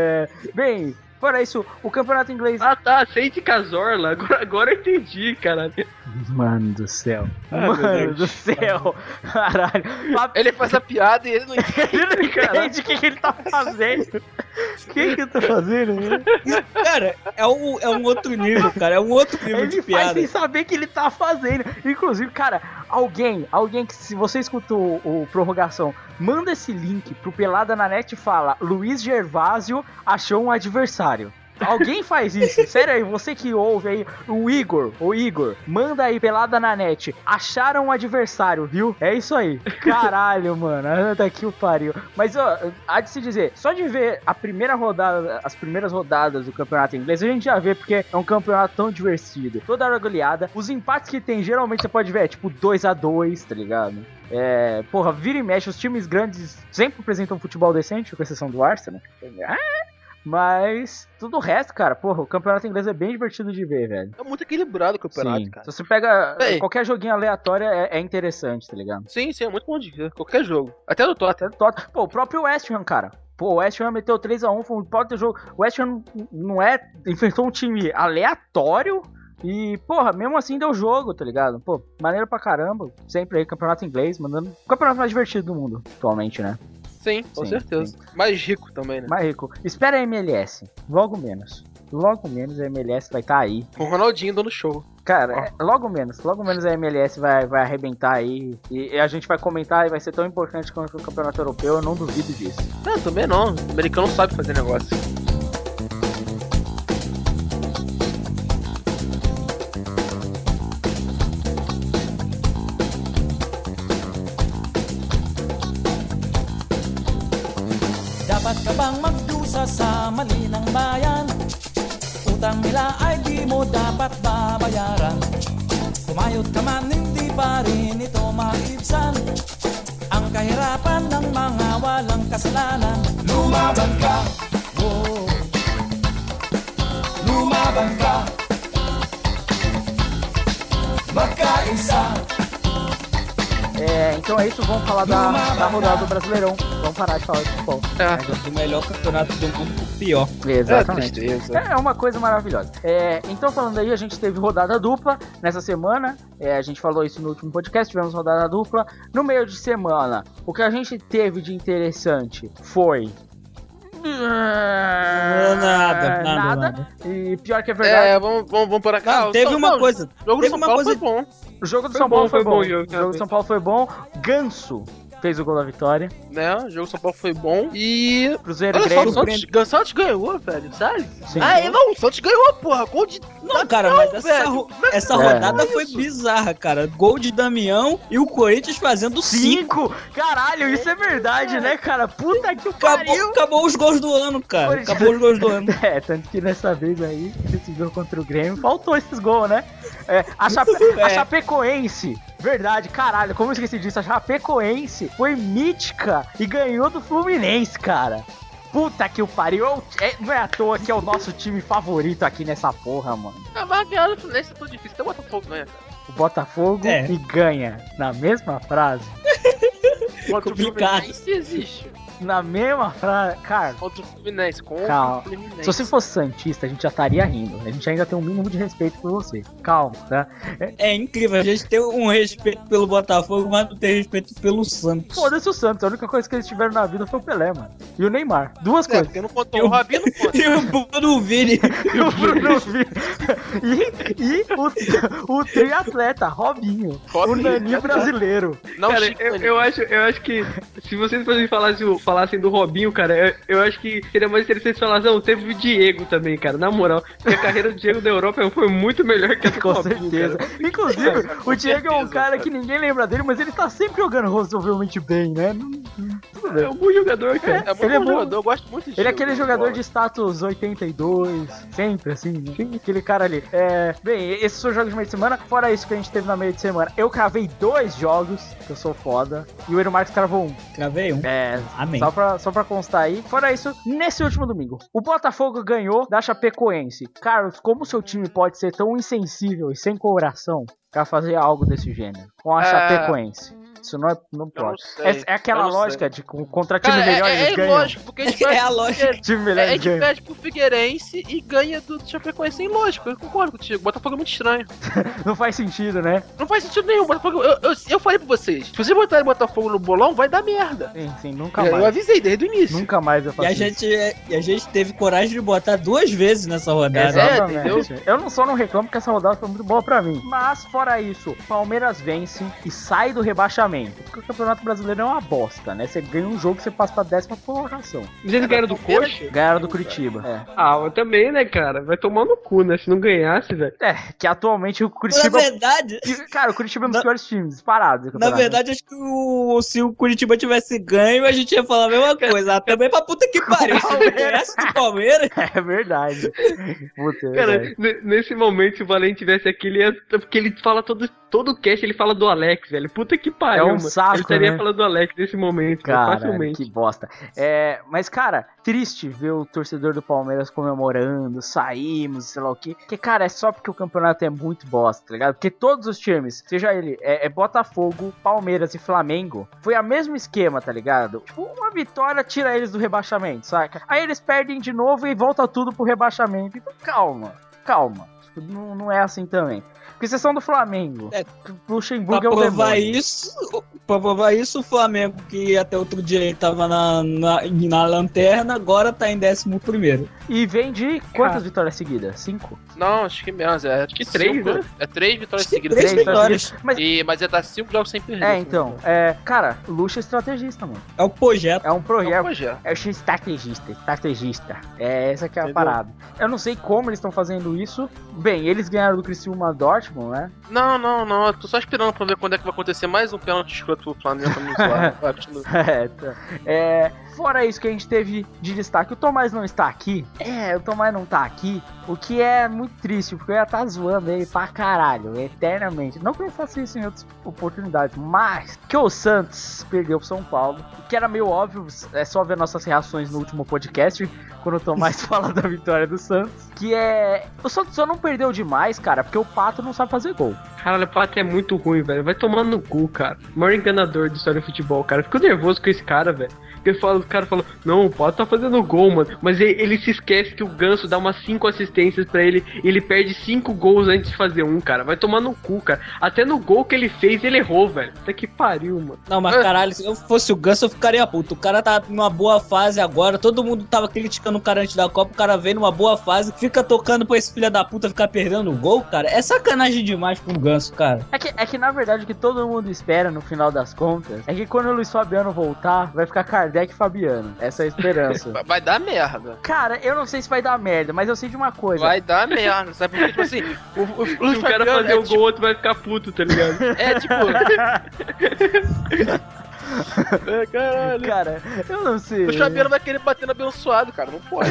Bem, fora isso, o campeonato inglês. Ah, tá. Sente Cazorla. Agora eu entendi, cara. Mano do céu. Ah, Mano do céu. Caralho. Ele faz a piada e ele não entende. Ele não entende o que ele tá fazendo. O que eu tô fazendo? Né? Cara, é um outro nível, cara. É um outro nível de Ele faz piada. sem saber o que ele tá fazendo. Inclusive, cara, alguém que se você escutou o Prorrogação, manda esse link pro Pelada na Net e fala: Luiz Gervásio achou um adversário. Alguém faz isso, sério aí, você que ouve aí, o Igor, manda aí Pelada na Net, acharam um adversário, viu? É isso aí, caralho, mano, daqui o pariu. Mas, ó, há de se dizer, só de ver as primeiras rodadas do campeonato inglês, a gente já vê porque é um campeonato tão divertido. Toda hora goleada, os empates que tem, geralmente você pode ver, é tipo 2-2, tá ligado? Porra, vira e mexe, os times grandes sempre apresentam futebol decente, com exceção do Arsenal. Mas tudo o resto, cara, porra, o campeonato inglês é bem divertido de ver, velho. É muito equilibrado o campeonato, Sim. cara. Se você pega Ei. qualquer joguinho aleatório, é interessante, tá ligado? Sim, é muito bom de ver. Qualquer jogo. Até do Tottenham. Pô, o próprio West Ham, cara. Pô, o West Ham meteu 3-1, foi um puta jogo. O West Ham enfrentou um time aleatório e, porra, mesmo assim deu jogo, tá ligado? Pô, maneiro pra caramba. Sempre aí, campeonato inglês, mandando o campeonato mais divertido do mundo, atualmente, né? Sim, com Sim, certeza. sim. Mais rico também, né? Mais rico. Espera a MLS, logo menos a MLS vai estar aí. Com o Ronaldinho dando show. Cara, logo menos a MLS vai arrebentar aí e a gente vai comentar e vai ser tão importante quanto o campeonato europeu, eu não duvido disso. Não, também não. O americano sabe fazer negócio. Dapat ka bang magdusa sa mali ng bayan? Utang nila ay di mo dapat babayaran. Kumayod ka man, hindi pa rin ito maibsan ang kahirapan ng mga walang kasalanan. Lumaban ka, oh. Lumaban ka. Magkaisa isa. Então é isso, vamos falar da rodada do Brasileirão. Vamos parar de falar de futebol. Do melhor campeonato do mundo pro pior. Exatamente. tristeza. É uma coisa maravilhosa. Então, falando aí, a gente teve rodada dupla nessa semana. A gente falou isso no último podcast, tivemos rodada dupla. No meio de semana, o que a gente teve de interessante foi... Nada. E pior que é verdade. Vamos por cá. Não, teve uma coisa. O jogo do São Paulo foi bom. O jogo do São Paulo foi bom. O jogo realmente. do São Paulo foi bom. Ganso fez o gol da vitória. Né? O jogo do São Paulo foi bom. E... Cruzeiro Olha só, Grêmio. o Santos ganhou, velho. Sério? Sim. Não, o Santos ganhou, porra. Gol de... Não, cara, mas essa rodada foi isso? bizarra, cara. Gol de Damião e o Corinthians fazendo 5. 5! Caralho, isso é verdade, né, cara? Puta que pariu! Acabou os gols do ano, cara. Corinthians. Acabou os gols do ano. Tanto que dessa vez aí, esse jogo contra o Grêmio, faltou esses gols, né? A Chapecoense, verdade, caralho, como eu esqueci disso? A Chapecoense foi mítica e ganhou do Fluminense, cara. Puta que o pariu. Não é à toa que é o nosso time favorito aqui nessa porra, mano. Mas ganhar o Fluminense é tudo difícil. Até o Botafogo ganha, cara. O Botafogo e ganha na mesma frase. Contra o Complicado. Fluminense existe. Na mesma frase, cara. Contra o Fluminense. Calma. O Fluminense. Se você fosse santista, a gente já estaria rindo. A gente ainda tem um mínimo de respeito por você. Calma, tá? É incrível, a gente tem um respeito pelo Botafogo, mas não tem respeito pelo Santos. Foda-se o Santos, a única coisa que eles tiveram na vida foi o Pelé, mano. E o Neymar. Duas coisas. Porque não contou o Robinho, não conta. E o Bruno Vini. E o Bruno Vini. E o triatleta, Robinho. O Nani brasileiro. Não, Cara, Chico, eu acho que se vocês falassem do Robinho, cara, eu acho que seria mais interessante se falassem, não, teve o Diego também, cara, na moral. Porque a carreira do Diego da Europa foi muito melhor que a do Com Robinho, certeza. cara. Inclusive, o Diego é um certeza, cara que ninguém lembra dele, mas ele tá sempre jogando razoavelmente bem, né? Tudo bem. É um bom jogador, cara. É muito ele é bom bom. jogador, eu gosto muito disso. Ele é aquele jogador de status 82, sempre assim, né? Aquele cara ali. Bem, esses são os jogos de meio de semana. Fora isso que a gente teve na meio de semana, eu cravei 2 jogos, que eu sou foda, e o Eero Marques cravou 1. Cravei 1. Amém. Só pra constar aí. Fora isso, nesse último domingo, o Botafogo ganhou da Chapecoense. Carlos, como seu time pode ser tão insensível e sem coração pra fazer algo desse gênero com a Chapecoense? Isso não pode. É aquela lógica de contra time melhor eles ganham. É lógico, porque a gente É a lógica. Time melhor a eles gente ganham. perde pro Figueirense e ganha do Chapecoense. É lógico, eu concordo contigo. O Botafogo é muito estranho. Não faz sentido, né? Não faz sentido nenhum. Botafogo, eu falei pra vocês, se vocês botarem Botafogo no bolão, vai dar merda. Sim, nunca Eu mais. avisei desde o início. Nunca mais eu E faço a isso. gente teve coragem de botar 2 vezes nessa rodada. Exatamente. Eu não reclamo porque essa rodada foi muito boa pra mim. Mas, fora isso, Palmeiras vence e sai do rebaixamento. Porque o Campeonato Brasileiro é uma bosta, né? Você ganha um jogo, você passa pra 10ª colocação. Mas eles ganharam do Coxa? Ganharam do Curitiba. Ah, eu também, né, cara? Vai tomar no cu, né? Se não ganhasse, velho. Que atualmente o Na Curitiba... verdade, Cara, o Curitiba é um dos piores times, disparados. na verdade, acho que se o Curitiba tivesse ganho, a gente ia falar a mesma coisa. Ah, também pra puta que pariu. Se ele ganhasse do Palmeiras... É verdade. Puta, Cara, verdade. nesse momento, se o Valente tivesse aqui, ele ia... Porque ele fala todo o cast, ele fala do Alex, velho. Puta que pariu, É um mano. saco, Ele estaria né? falando do Alex nesse momento, Cara, facilmente. que bosta. Mas, cara, triste ver o torcedor do Palmeiras comemorando, saímos, sei lá o quê. Porque, cara, é só porque o campeonato é muito bosta, tá ligado? Porque todos os times, seja ele Botafogo, Palmeiras e Flamengo, foi o mesmo esquema, tá ligado? Tipo, uma vitória tira eles do rebaixamento, saca? Aí eles perdem de novo e volta tudo pro rebaixamento. Então, calma. Tipo, não é assim também. Com exceção do Flamengo. O Luxemburgo Pra é o provar demônio. pra provar isso, o Flamengo, que até outro dia ele tava na lanterna, agora tá em 11º. E vem de quantas vitórias seguidas? 5? Não, acho que menos. Acho que 3, né? É 3 vitórias Acho que seguidas. 3 vitórias. Mas, Mas ele tá 5 jogos sem perder. então, cara, o Luxa é estrategista, mano. É o projeto. É um projeto. Hoje é. É o estrategista. Essa que é a parada. Eu não sei como eles estão fazendo isso. Bem, eles ganharam do Criciúma Dortmund, né? Não. Eu tô só esperando pra ver quando é que vai acontecer mais um pênalti escroto pro Flamengo pra me zoar. Vai, continua. Fora isso que a gente teve de destaque, o Tomás não está aqui. O Tomás não tá aqui, o que é muito triste, porque eu ia estar zoando ele pra caralho, eternamente. Não que eu faça isso em outras oportunidades, mas que o Santos perdeu pro São Paulo, que era meio óbvio, é só ver nossas reações no último podcast, quando o Tomás fala da vitória do Santos, que o Santos só não perdeu demais, cara, porque o Pato não sabe fazer gol. Caralho, o Pato é muito ruim, velho. Vai tomar no cu, cara. O maior enganador da história do futebol, cara. Fico nervoso com esse cara, velho. Porque o cara fala, não, o Pato tá fazendo gol, mano. Mas ele se esquece que o Ganso dá umas 5 assistências pra ele e ele perde 5 gols antes de fazer um, cara. Vai tomar no cu, cara. Até no gol que ele fez, ele errou, velho. Até que pariu, mano. Não, mas caralho, se eu fosse o Ganso, eu ficaria puto. O cara tá numa boa fase agora. Todo mundo tava criticando o cara antes da Copa. O cara vem numa boa fase, fica tocando pra esse filho da puta ficar perdendo o gol, cara. É sacanagem demais pro Ganso, cara. É que na verdade o que todo mundo espera no final das contas é que quando o Luiz Fabiano voltar, vai ficar Kardec e Fabiano. Essa é a esperança. Vai dar merda. Cara, eu não sei se vai dar merda, mas eu sei de uma coisa. Vai dar merda, sabe? Porque, tipo assim, o Luiz Se o cara Fabiano fazer o gol, o outro vai ficar puto, tá ligado? É tipo. Caralho. Cara, eu não sei. O Fabiano vai querer bater no abençoado, cara. Não pode.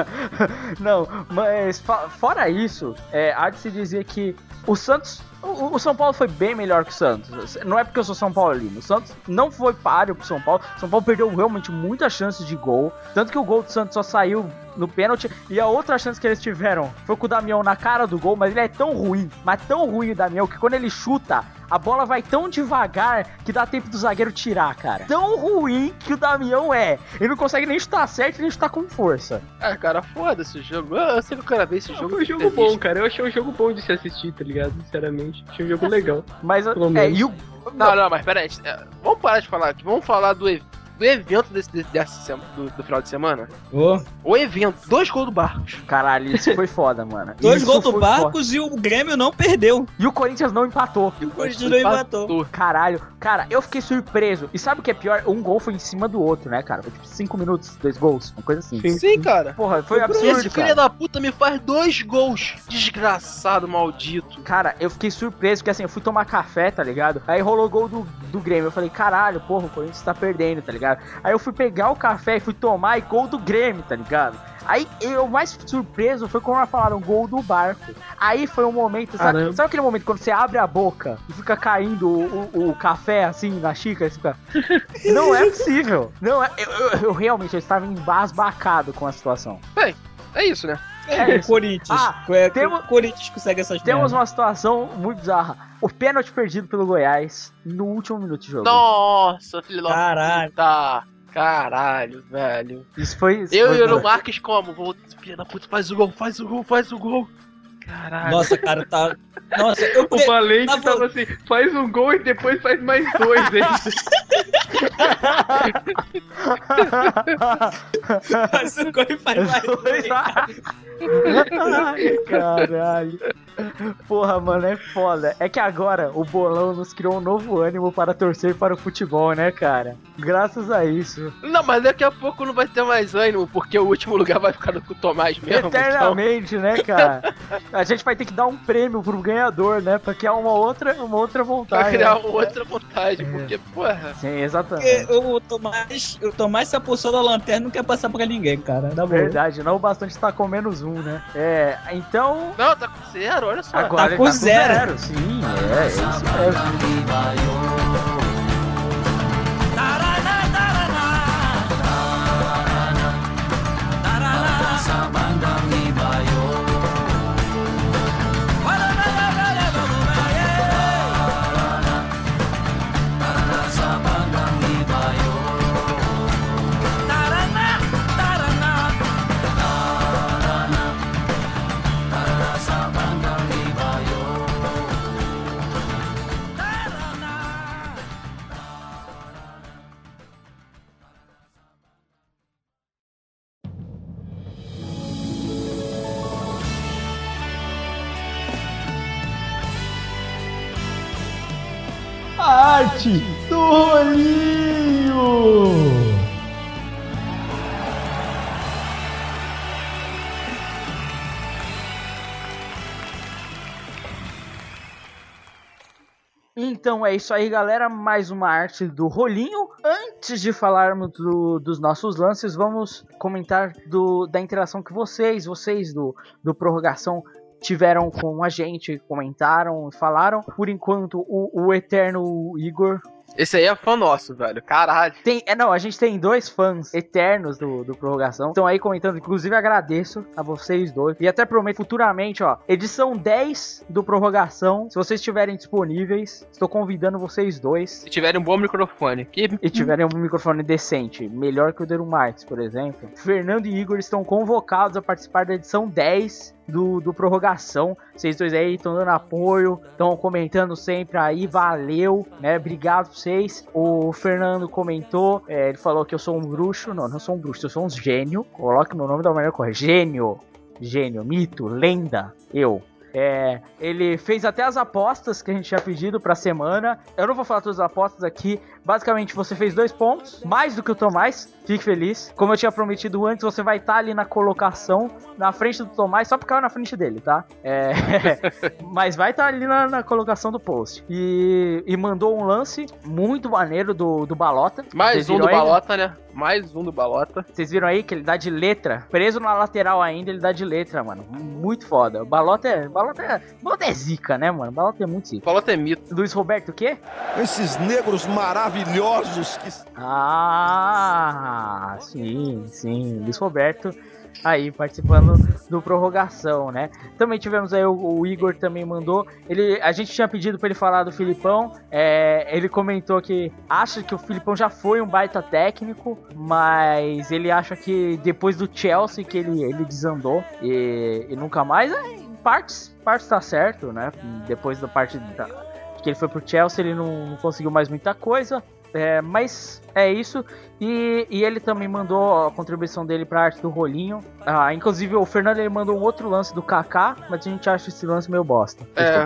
Não, mas fora isso, há de se dizer que o Santos... O São Paulo foi bem melhor que o Santos. Não é porque eu sou São Paulino. O Santos não foi páreo pro São Paulo. O São Paulo perdeu realmente muitas chances de gol. Tanto que o gol do Santos só saiu no pênalti. E a outra chance que eles tiveram foi com o Damião na cara do gol. Mas ele é tão ruim, mas tão ruim o Damião, que quando ele chuta, a bola vai tão devagar que dá tempo do zagueiro tirar, cara. Tão ruim que o Damião é. Ele não consegue nem chutar certo, nem chutar com força. Ah, cara, foda-se o jogo. Eu sei que o cara vê esse jogo. Foi um jogo bom, cara. Eu achei um jogo bom de se assistir, tá ligado? Sinceramente. Achei um jogo legal. Mas e o... Não, mas pera aí. Vamos parar de falar aqui. Vamos falar do evento do final de semana. O evento. 2 gols do Barcos. Caralho, isso foi foda, mano. 2 gols do Barcos e o Grêmio não perdeu. E o Corinthians não empatou. E o Corinthians não empatou. Caralho, cara, eu fiquei surpreso. E sabe o que é pior? Um gol foi em cima do outro, né, cara? Foi tipo 5 minutos, 2 gols, uma coisa assim. Sim, cara. Porra, foi absurdo, esse filho da puta me faz 2 gols. Desgraçado, maldito. Cara, eu fiquei surpreso, porque assim, eu fui tomar café, tá ligado? Aí rolou o gol do Grêmio. Eu falei, caralho, porra, o Corinthians tá perdendo, tá ligado? Aí eu fui pegar o café e fui tomar e gol do Grêmio, tá ligado? Aí o mais surpreso foi quando falaram gol do Barco. Aí foi um momento, sabe aquele momento quando você abre a boca e fica caindo o café assim na xícara? Fica... Não é possível. Não é, eu realmente eu estava embasbacado com a situação. Bem, é isso, né? O Corinthians. O Corinthians consegue essas Temos uma situação muito bizarra. O pênalti perdido pelo Goiás no último minuto de jogo. Nossa, filho da puta. Caralho, velho. Isso foi. Eu e o Marques como? Filho da puta, faz o gol. Caralho. Nossa, cara, tá. Nossa, o Valente tava assim, faz um gol e depois faz mais 2 faz um gol e faz mais 2. Ai, caralho. Porra, mano, é foda. É que agora o bolão nos criou um novo ânimo para torcer para o futebol, né, cara? Graças a isso. Não, mas daqui a pouco não vai ter mais ânimo, porque o último lugar vai ficar com o Tomás mesmo. Eternamente, então... né, cara? A gente vai ter que dar um prêmio pro ganhador, né? Pra criar uma outra vontade. Pra criar uma outra vontade, porque, porra. Sim, exatamente. Porque o Tomás se apossou da lanterna e não quer passar pra ninguém, cara. Dá verdade, não o bastante tá com menos 1, né? Então. Não, tá com 0, olha só. Agora tá com 0. Sim, é isso mesmo. Arte do Rolinho! Então é isso aí, galera, mais uma arte do Rolinho. Antes de falarmos dos nossos lances, vamos comentar da interação que vocês do Prorrogação tiveram com a gente, comentaram, falaram. Por enquanto, o eterno Igor Esse aí é fã nosso, velho. Caralho. Não, a gente tem 2 fãs eternos do Prorrogação. Estão aí comentando, inclusive agradeço a vocês 2. E até prometo futuramente, ó, edição 10 do Prorrogação. Se vocês estiverem disponíveis, estou convidando vocês 2. Se tiverem um bom microfone. E tiverem um microfone decente, melhor que o Deru Marques, por exemplo. Fernando e Igor estão convocados a participar da edição 10 do Prorrogação. Vocês 2 aí estão dando apoio, estão comentando sempre aí, valeu, né? Obrigado pra vocês. O Fernando comentou, ele falou que eu sou um bruxo. Não sou um bruxo, eu sou um gênio. Coloque meu nome da maneira correta. Gênio, mito, lenda, eu. Ele fez até as apostas que a gente tinha pedido pra semana. Eu não vou falar todas as apostas aqui. Basicamente, você fez 2 pontos, mais do que o Tomás. Fique feliz. Como eu tinha prometido antes, você vai estar ali na colocação, na frente do Tomás, só porque eu na frente dele, tá? Mas vai estar ali na colocação do post. E mandou um lance muito maneiro do Balota. Mais um do Balota, né? Mais um do Balota. Vocês viram aí que ele dá de letra? Preso na lateral ainda, ele dá de letra, mano. Muito foda. O Balota é zica, né, mano? Balota é muito zica. Balota é mito. Luiz Roberto, o quê? Esses negros maravilhosos que... Sim. Luiz Roberto aí participando do Prorrogação, né? Também tivemos aí o Igor também mandou. A gente tinha pedido pra ele falar do Filipão. Ele comentou que acha que o Filipão já foi um baita técnico, mas ele acha que depois do Chelsea que ele desandou e nunca mais. Em partes tá certo, né? Depois da parte que ele foi pro Chelsea, ele não conseguiu mais muita coisa. Mas é isso. E ele também mandou a contribuição dele pra arte do rolinho. Inclusive o Fernando ele mandou um outro lance do Kaká, mas a gente acha esse lance meio bosta.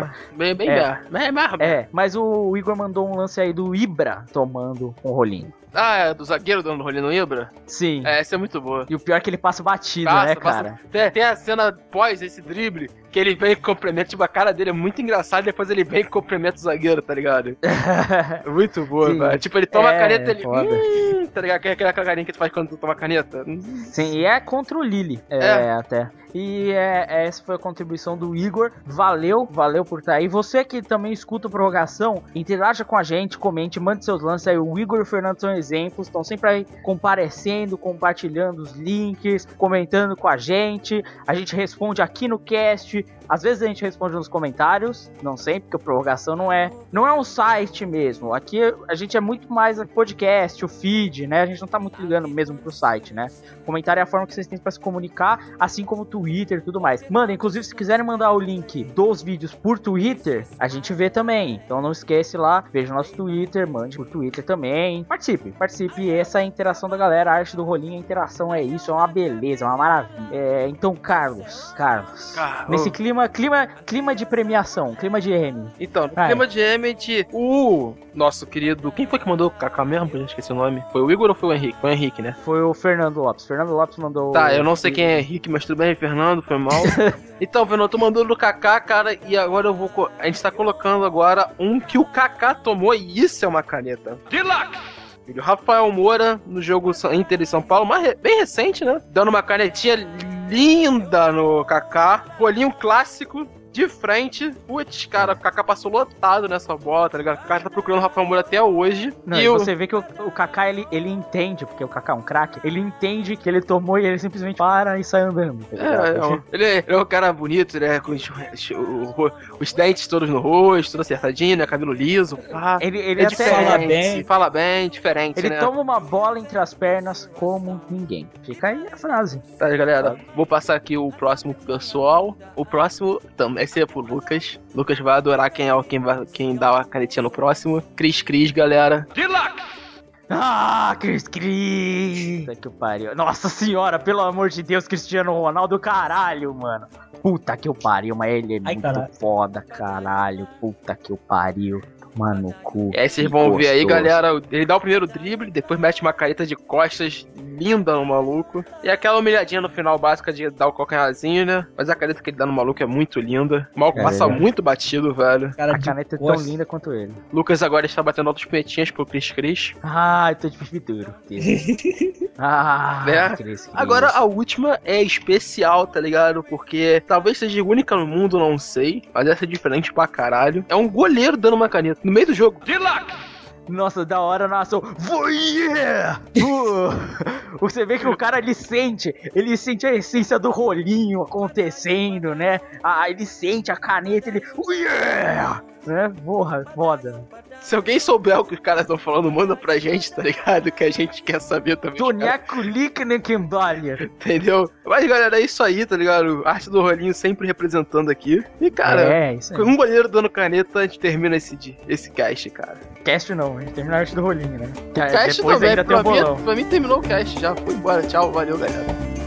Mas o Igor mandou um lance aí do Ibra tomando um rolinho. Do zagueiro dando rolinho no Ibra? Sim. Essa é muito boa. E o pior é que ele passa batido, né, cara? Tem a cena pós esse drible, que ele vem e complementa, tipo, a cara dele é muito engraçada, e depois ele vem e complementa o zagueiro, tá ligado? Muito boa, velho. Tipo, ele toma a caneta, ele... tá ligado? Aquela carinha que tu faz quando tu toma a caneta. Sim, e é contra o Lille, até. E essa foi a contribuição do Igor. Valeu por estar aí. Você que também escuta a Prorrogação, interaja com a gente, comente, mande seus lances aí. O Igor e o Fernando são exemplos, estão sempre aí comparecendo, compartilhando os links, comentando com a gente. A gente responde aqui no cast. Às vezes a gente responde nos comentários, não sempre, porque a Prorrogação não é um site mesmo. Aqui a gente é muito mais podcast, o feed, né? A gente não tá muito ligando mesmo pro site, né? O comentário é a forma que vocês têm pra se comunicar, assim como o Twitter e tudo mais. Mano, inclusive se quiserem mandar o link dos vídeos por Twitter, a gente vê também. Então não esquece lá, veja o nosso Twitter, mande por Twitter também. Participe. Essa é a interação da galera, a arte do rolinho, a interação é isso, é uma beleza, é uma maravilha. Então, Carlos, nesse clima de premiação, clima de M. Então, no clima de M de o nosso querido... Quem foi que mandou o Kaká mesmo? Eu já esqueci o nome. Foi o Igor ou foi o Henrique? Foi o Henrique, né? Foi o Fernando Lopes. Fernando Lopes mandou... Tá, eu não sei quem é Henrique, mas tudo bem, Fernando, foi mal. Então, Fernando, tu mandou do Kaká, cara, e agora a gente tá colocando agora um que o Kaká tomou, e isso é uma caneta. Deluxe! O Rafael Moura, no jogo Inter e São Paulo, bem recente, né? Dando uma canetinha linda no Kaká. Rolinho clássico, de frente. Putz, cara, o Kaká passou lotado nessa bola, tá ligado? O cara tá procurando o Rafael Moura até hoje. Não, e você vê que o Kaká, ele entende, porque o Kaká é um craque, ele entende que ele tomou e ele simplesmente para e sai andando. Tá ele é um cara bonito, né? Com os dentes todos no rosto, todo acertadinho, né? Cabelo liso. Ele até fala bem, diferente, ele né? toma uma bola entre as pernas como ninguém. Fica aí a frase. Tá, galera, vou passar aqui o próximo pro pessoal. O próximo também esse é pro Lucas. Lucas vai adorar quem dá a canetinha no próximo. Cris, galera. Cris! Puta que pariu. Nossa senhora, pelo amor de Deus, Cristiano Ronaldo, caralho, mano. Puta que pariu, mas ele é muito foda, caralho. Puta que pariu. Mano, o cu. E aí vocês vão ver aí, galera. Ele dá o primeiro drible, depois mete uma careta de costas linda no maluco. E aquela humilhadinha no final básica de dar o calcanharzinho, né? Mas a careta que ele dá no maluco é muito linda. O maluco passa muito batido, velho. A caneta é tão linda quanto ele. Lucas agora está batendo altos petinhas pro Cris. Eu tô de futuro. Cris. Agora a última é especial, tá ligado? Porque talvez seja única no mundo, não sei. Mas essa é diferente pra caralho. É um goleiro dando uma caneta no meio do jogo. Nossa, da hora na ação. Yeah! Você vê que o cara, ele sente a essência do rolinho acontecendo, né? Ele sente a caneta, ele... Yeah! Né? Porra, foda. Se alguém souber o que os caras estão falando, manda pra gente, tá ligado? Que a gente quer saber também. Toniaco Lickneckenbalha. Entendeu? Mas, galera, é isso aí, tá ligado? Arte do rolinho sempre representando aqui. E, cara, isso aí. com um goleiro dando caneta, a gente termina esse cast, cara. Cast não, a gente termina a arte do rolinho, né? Cast depois também, ainda tem o bolão. pra mim terminou o cast já. Foi embora, tchau, valeu, galera.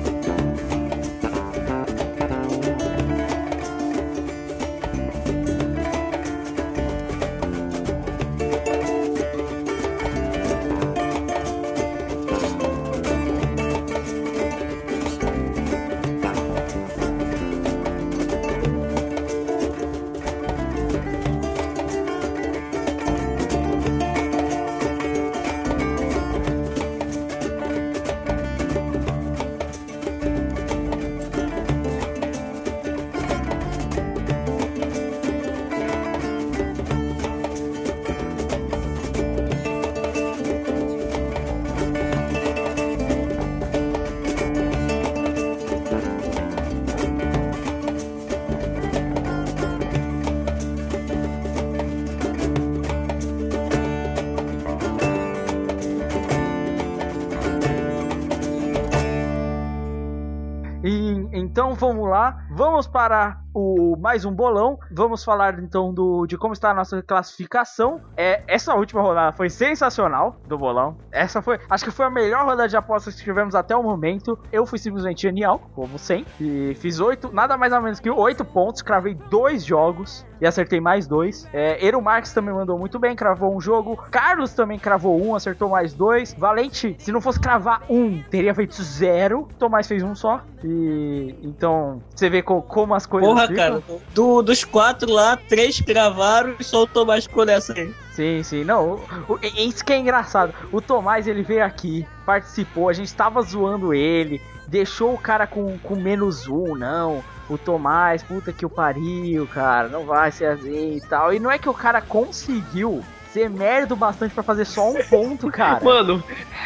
Então vamos lá, vamos para mais um bolão. Vamos falar então de como está a nossa classificação. Essa última rodada foi sensacional do bolão. Acho que foi a melhor rodada de apostas que tivemos até o momento. Eu fui simplesmente genial, como sempre, e fiz nada mais ou menos que 8 pontos, cravei 2 jogos e acertei mais 2. Eero Marques também mandou muito bem, cravou um jogo. Carlos também cravou 1, acertou mais 2. Valente, se não fosse cravar 1, teria feito 0. Tomás fez 1 só. E então, você vê como as coisas Porra, ficam. cara, dos 4 lá, 3 cravaram e só o Tomás ficou nessa aí. Sim, não, isso que é engraçado. O Tomás, ele veio aqui, participou, a gente tava zoando ele, deixou o cara com -1, não. O Tomás, puta que o pariu, cara, não vai ser assim e tal. E não é que o cara conseguiu ser merda o bastante pra fazer só 1 ponto, cara. Mano,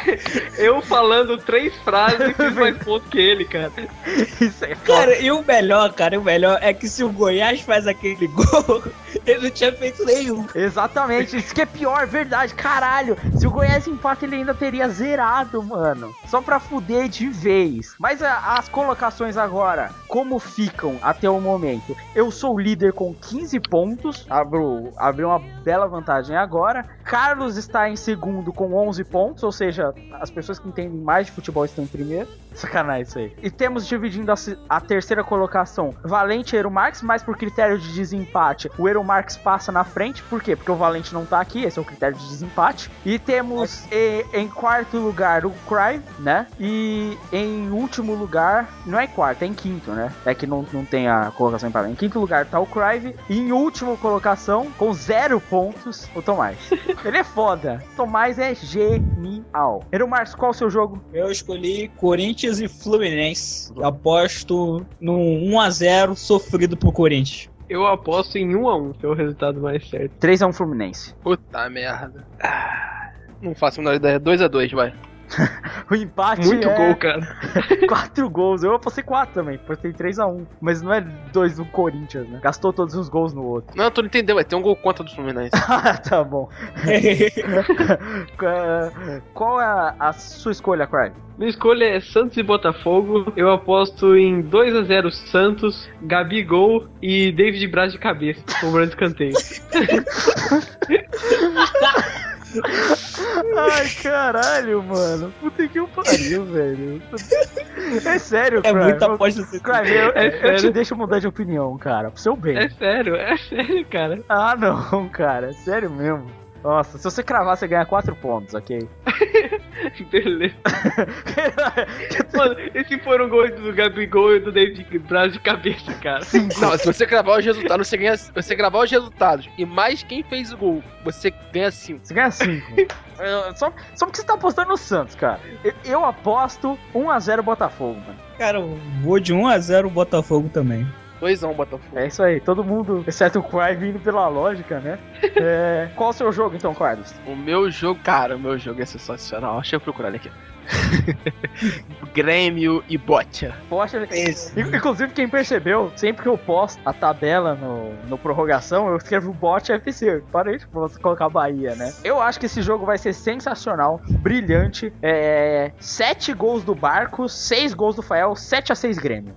eu falando 3 frases fiz mais ponto que ele, cara. Isso é foda. Cara, e o melhor é que se o Goiás faz aquele gol, ele não tinha feito nenhum. Exatamente, isso que é pior, verdade, caralho. Se o Goiás empata, ele ainda teria zerado, mano. Só pra fuder de vez. Mas as colocações agora, como ficam até o momento? Eu sou o líder com 15 pontos. Abriu uma bela vantagem agora. Carlos está em segundo com 11 pontos, ou seja, as pessoas que entendem mais de futebol estão em primeiro. Sacanagem isso aí. E temos dividindo a terceira colocação Valente e Eero Marques, mas por critério de desempate o Eero Marques passa na frente. Por quê? Porque o Valente não tá aqui, esse é o critério de desempate. E temos em quarto lugar o Cry, né? E em último lugar, não é em quarto, é em quinto, né? É que não tem a colocação em papel. Em quinto lugar tá o Cry. E em última colocação, com 0 pontos, o Tomás. Ele é foda. Tomás é genial. Eero Marques, qual o seu jogo? Eu escolhi Corinthians e Fluminense. Aposto num 1-0 sofrido pro Corinthians. Eu aposto em 1-1, que é o resultado mais certo. 3-1 Fluminense. Puta merda. Não faço a menor ideia. 2-2, vai. O empate Muito gol, cara. 4 gols. Eu apostei 4 também. Apostei 3-1. Mas não é 2 do Corinthians, né? Gastou todos os gols no outro. Não, tu não entendeu. Vai ter um gol contra do Fluminense. Tá bom. Qual é a sua escolha, Craig? Minha escolha é Santos e Botafogo. Eu aposto em 2-0 Santos, Gabigol e David Braz de cabeça, cobrando escanteio. Ai, caralho, mano. Puta que pariu, velho. É sério, É Craig. muita aposta. Craig, eu te deixo mudar de opinião, cara. Pro seu bem. É sério, cara. Ah, não, cara. É sério mesmo. Nossa, se você cravar, você ganha 4 pontos, ok? Beleza. Mano, e se for um gol do Gabigol e do David Braz de cabeça, cara? Sim. Não, se você gravar os resultados, você gravar os resultados e mais quem fez o gol, você ganha 5. Você ganha 5. Só porque você tá apostando no Santos, cara. Eu aposto 1-0 Botafogo, mano. Cara, eu vou de 1-0 Botafogo também. 2x1 Botafogo. É isso aí, todo mundo, exceto o Cry, vindo pela lógica, né? Qual o seu jogo então, Carlos? O meu jogo é sensacional. Deixa eu procurar ele aqui. Grêmio e Bocha. Poxa, inclusive quem percebeu, sempre que eu posto a tabela no prorrogação, eu escrevo Bocha FC. Parei de colocar Bahia, né? Eu acho que esse jogo vai ser sensacional, brilhante. 7 gols do Barcos, 6 gols do Fael, 7-6 Grêmio.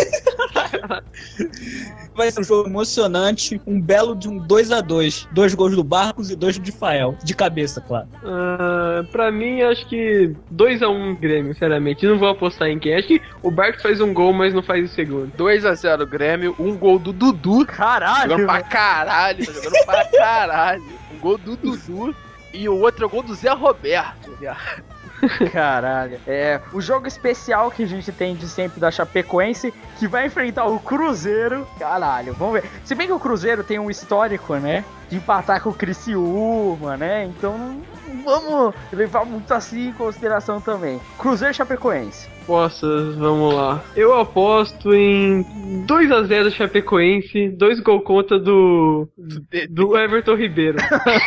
Vai ser um jogo emocionante, um belo de um 2x2. 2 gols do Barcos e 2 de Fael. De cabeça, claro. Pra mim, acho que 2x1 Grêmio, sinceramente. Não vou apostar em quem. Acho que o Barcos faz um gol, mas não faz o segundo. 2x0 Grêmio, um gol do Dudu. Caralho! Jogando pra caralho, tá jogando pra caralho. Um gol do Dudu e o outro é o gol do Zé Roberto. Caralho. O jogo especial que a gente tem de sempre da Chapecoense, que vai enfrentar o Cruzeiro. Caralho, vamos ver. Se bem que o Cruzeiro tem um histórico, né? De empatar com o Criciúma, né? Então não vamos levar muito assim em consideração também. Cruzeiro e Chapecoense. Apostas, vamos lá. Eu aposto em 2x0 Chapecoense, 2 gols contra do Everton Ribeiro.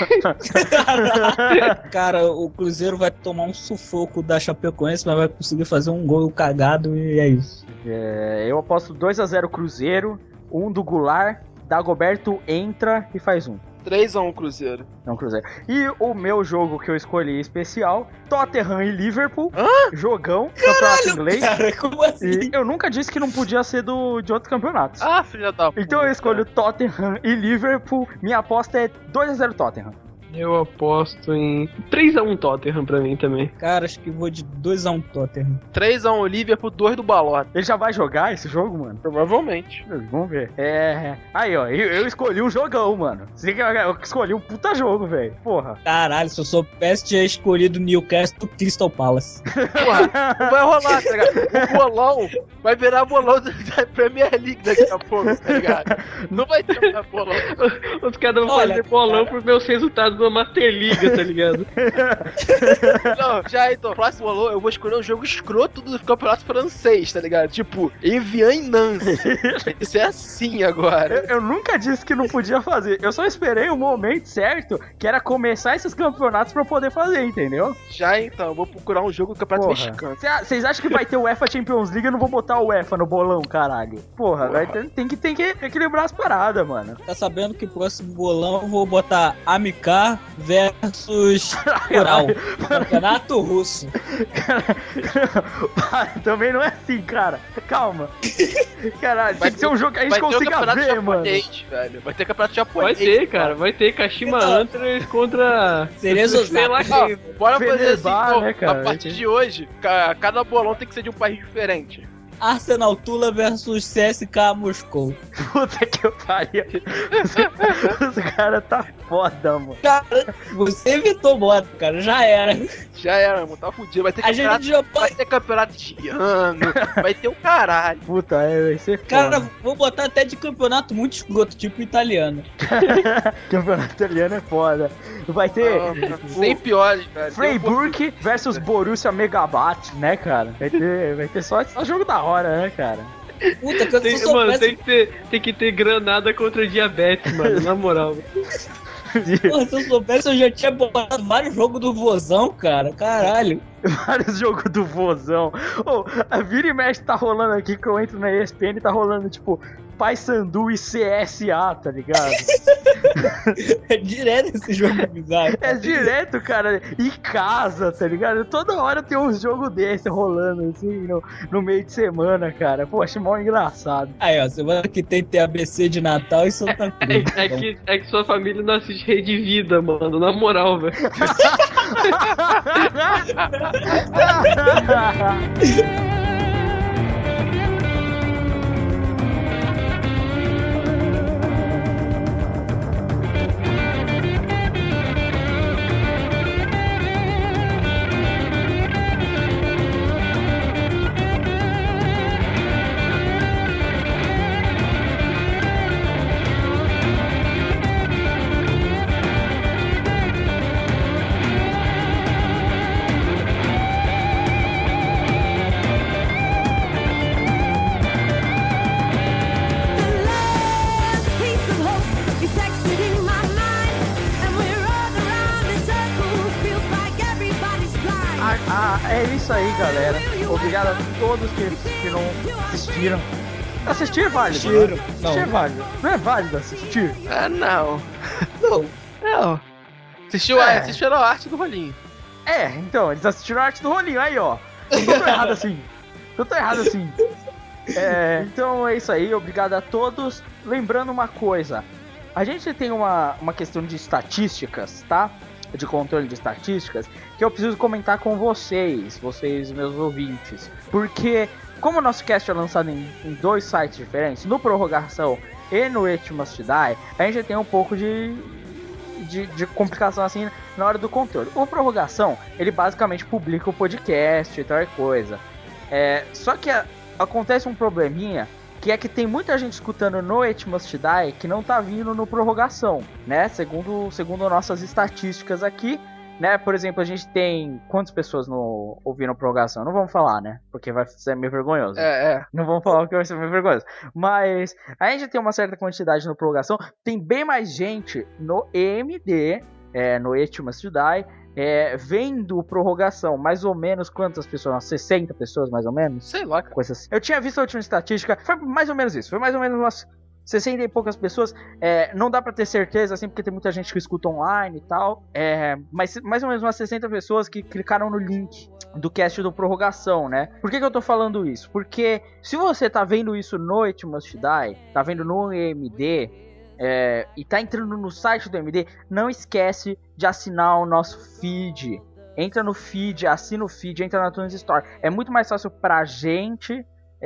Cara, o Cruzeiro vai tomar um sufoco da Chapecoense, mas vai conseguir fazer um gol cagado e é isso. Eu aposto 2x0 Cruzeiro, 1 do Goulart, Dagoberto entra e faz 1. 3x1 Cruzeiro. Não, Cruzeiro. E o meu jogo que eu escolhi especial, Tottenham e Liverpool. Jogão, campeonato inglês. Cara, como assim? E eu nunca disse que não podia ser de outros campeonatos. Ah, filha da puta. Então eu escolho Tottenham e Liverpool. Minha aposta é 2x0 Tottenham. Eu aposto em 3x1 Tottenham pra mim também. Cara, acho que vou de 2x1 Tottenham. 3x1 Liverpool, 2 do Balota. Ele já vai jogar esse jogo, mano? Provavelmente. Vamos ver. Aí, ó, eu escolhi um jogão, mano. Eu escolhi um puta jogo, velho. Porra. Caralho, se eu soubesse, tinha escolhido Newcastle Crystal Palace. Porra, não vai rolar, tá ligado? O bolão vai virar bolão da Premier League daqui a pouco, tá ligado? Não vai ter mais bolão. Os caras vão fazer bolão pros meus resultados da Master League, tá ligado? Não, já então, próximo bolão eu vou escolher um jogo escroto do campeonato francês, tá ligado? Tipo, Evian e Nancy. Isso é assim agora. Eu nunca disse que não podia fazer. Eu só esperei o momento certo, que era começar esses campeonatos pra eu poder fazer, entendeu? Já então, eu vou procurar um jogo do campeonato mexicano. Vocês acham que vai ter o UEFA Champions League? Eu não vou botar o UEFA no bolão, caralho. Porra. Tem que equilibrar as paradas, mano. Tá sabendo que o próximo bolão eu vou botar Amicar versus Ural. Campeonato russo. Também não é assim, cara. Calma. Caralho, tem que ser um jogo que a gente consiga ver, mano. Velho. Vai ter campeonato japonês. Vai ter, cara. Vai ter Kashima Antlers contra... Cerezo Zap. Bora fazer assim, então, né, cara? A partir de hoje, cada bolão tem que ser de um país diferente. Arsenal Tula versus CSK Moscou. Puta que eu pariu. Os caras tá foda, mano. Cara, você evitou moto, cara. Já era. Já era, mano. Tá fudido. Vai ter campeonato de ano. Vai ter o caralho. Puta, vai ser foda. Cara, vou botar até de campeonato muito escroto, tipo italiano. Campeonato italiano é foda. Vai ter... Sem piores, velho. Freiburg versus Borussia Megabat, né, cara? Vai ter só jogo da hora, né, cara? Puta, que eu tem, sou mano, tem que ter granada contra diabetes, mano, na moral. Porra, se eu soubesse, eu já tinha botado vários jogos do Vozão, cara. Caralho. Vários jogos do Vozão. A vira e mexe tá rolando aqui, que eu entro na ESPN e tá rolando, tipo, Paysandu e CSA, tá ligado? É direto esse jogo bizarro. É direto, cara. Em casa, tá ligado? Toda hora tem uns jogos desse rolando, assim, no meio de semana, cara. Pô, achei mó engraçado. Aí, ó, semana que tem TABC de Natal e Santa Cruz. É que sua família não assiste Rede Vida, mano, na moral, velho. é isso aí, galera. Obrigado a todos que não assistiram. Assistir é válido. Assistiram. Né? Não. Assistir é válido. Não é válido assistir? Não. Não. Assistiram a arte do rolinho. Então, eles assistiram a arte do rolinho, aí ó. Eu tô errado assim. Então é isso aí, obrigado a todos. Lembrando uma coisa, a gente tem uma questão de estatísticas, tá? De controle de estatísticas, que eu preciso comentar com vocês, meus ouvintes. Porque, como o nosso cast é lançado em 2 sites diferentes, no Prorrogação e no It Must Die, a gente tem um pouco de complicação assim na hora do controle. O Prorrogação, ele basicamente publica o podcast e tal coisa. Só que acontece um probleminha, que é que tem muita gente escutando no It Must Die que não tá vindo no Prorrogação, né? Segundo nossas estatísticas aqui, né? Por exemplo, a gente tem quantas pessoas ouvindo a Prorrogação? Não vamos falar, né? Porque vai ser meio vergonhoso. Não vamos falar porque vai ser meio vergonhoso. Mas a gente tem uma certa quantidade no Prorrogação. Tem bem mais gente no EMD, no It Must Die, vendo o Prorrogação. Mais ou menos quantas pessoas? Umas 60 pessoas, mais ou menos? Sei lá. Coisa assim. Eu tinha visto a última estatística, foi mais ou menos isso. Foi mais ou menos umas 60 e poucas pessoas. Não dá pra ter certeza, assim, porque tem muita gente que escuta online e tal. Mas mais ou menos umas 60 pessoas que clicaram no link do cast do Prorrogação, né? Por que eu tô falando isso? Porque se você tá vendo isso no It Must Die, tá vendo no EMD, e tá entrando no site do EMD, não esquece de assinar o nosso feed. Entra no feed, assina o feed, entra na iTunes Store. É muito mais fácil pra gente.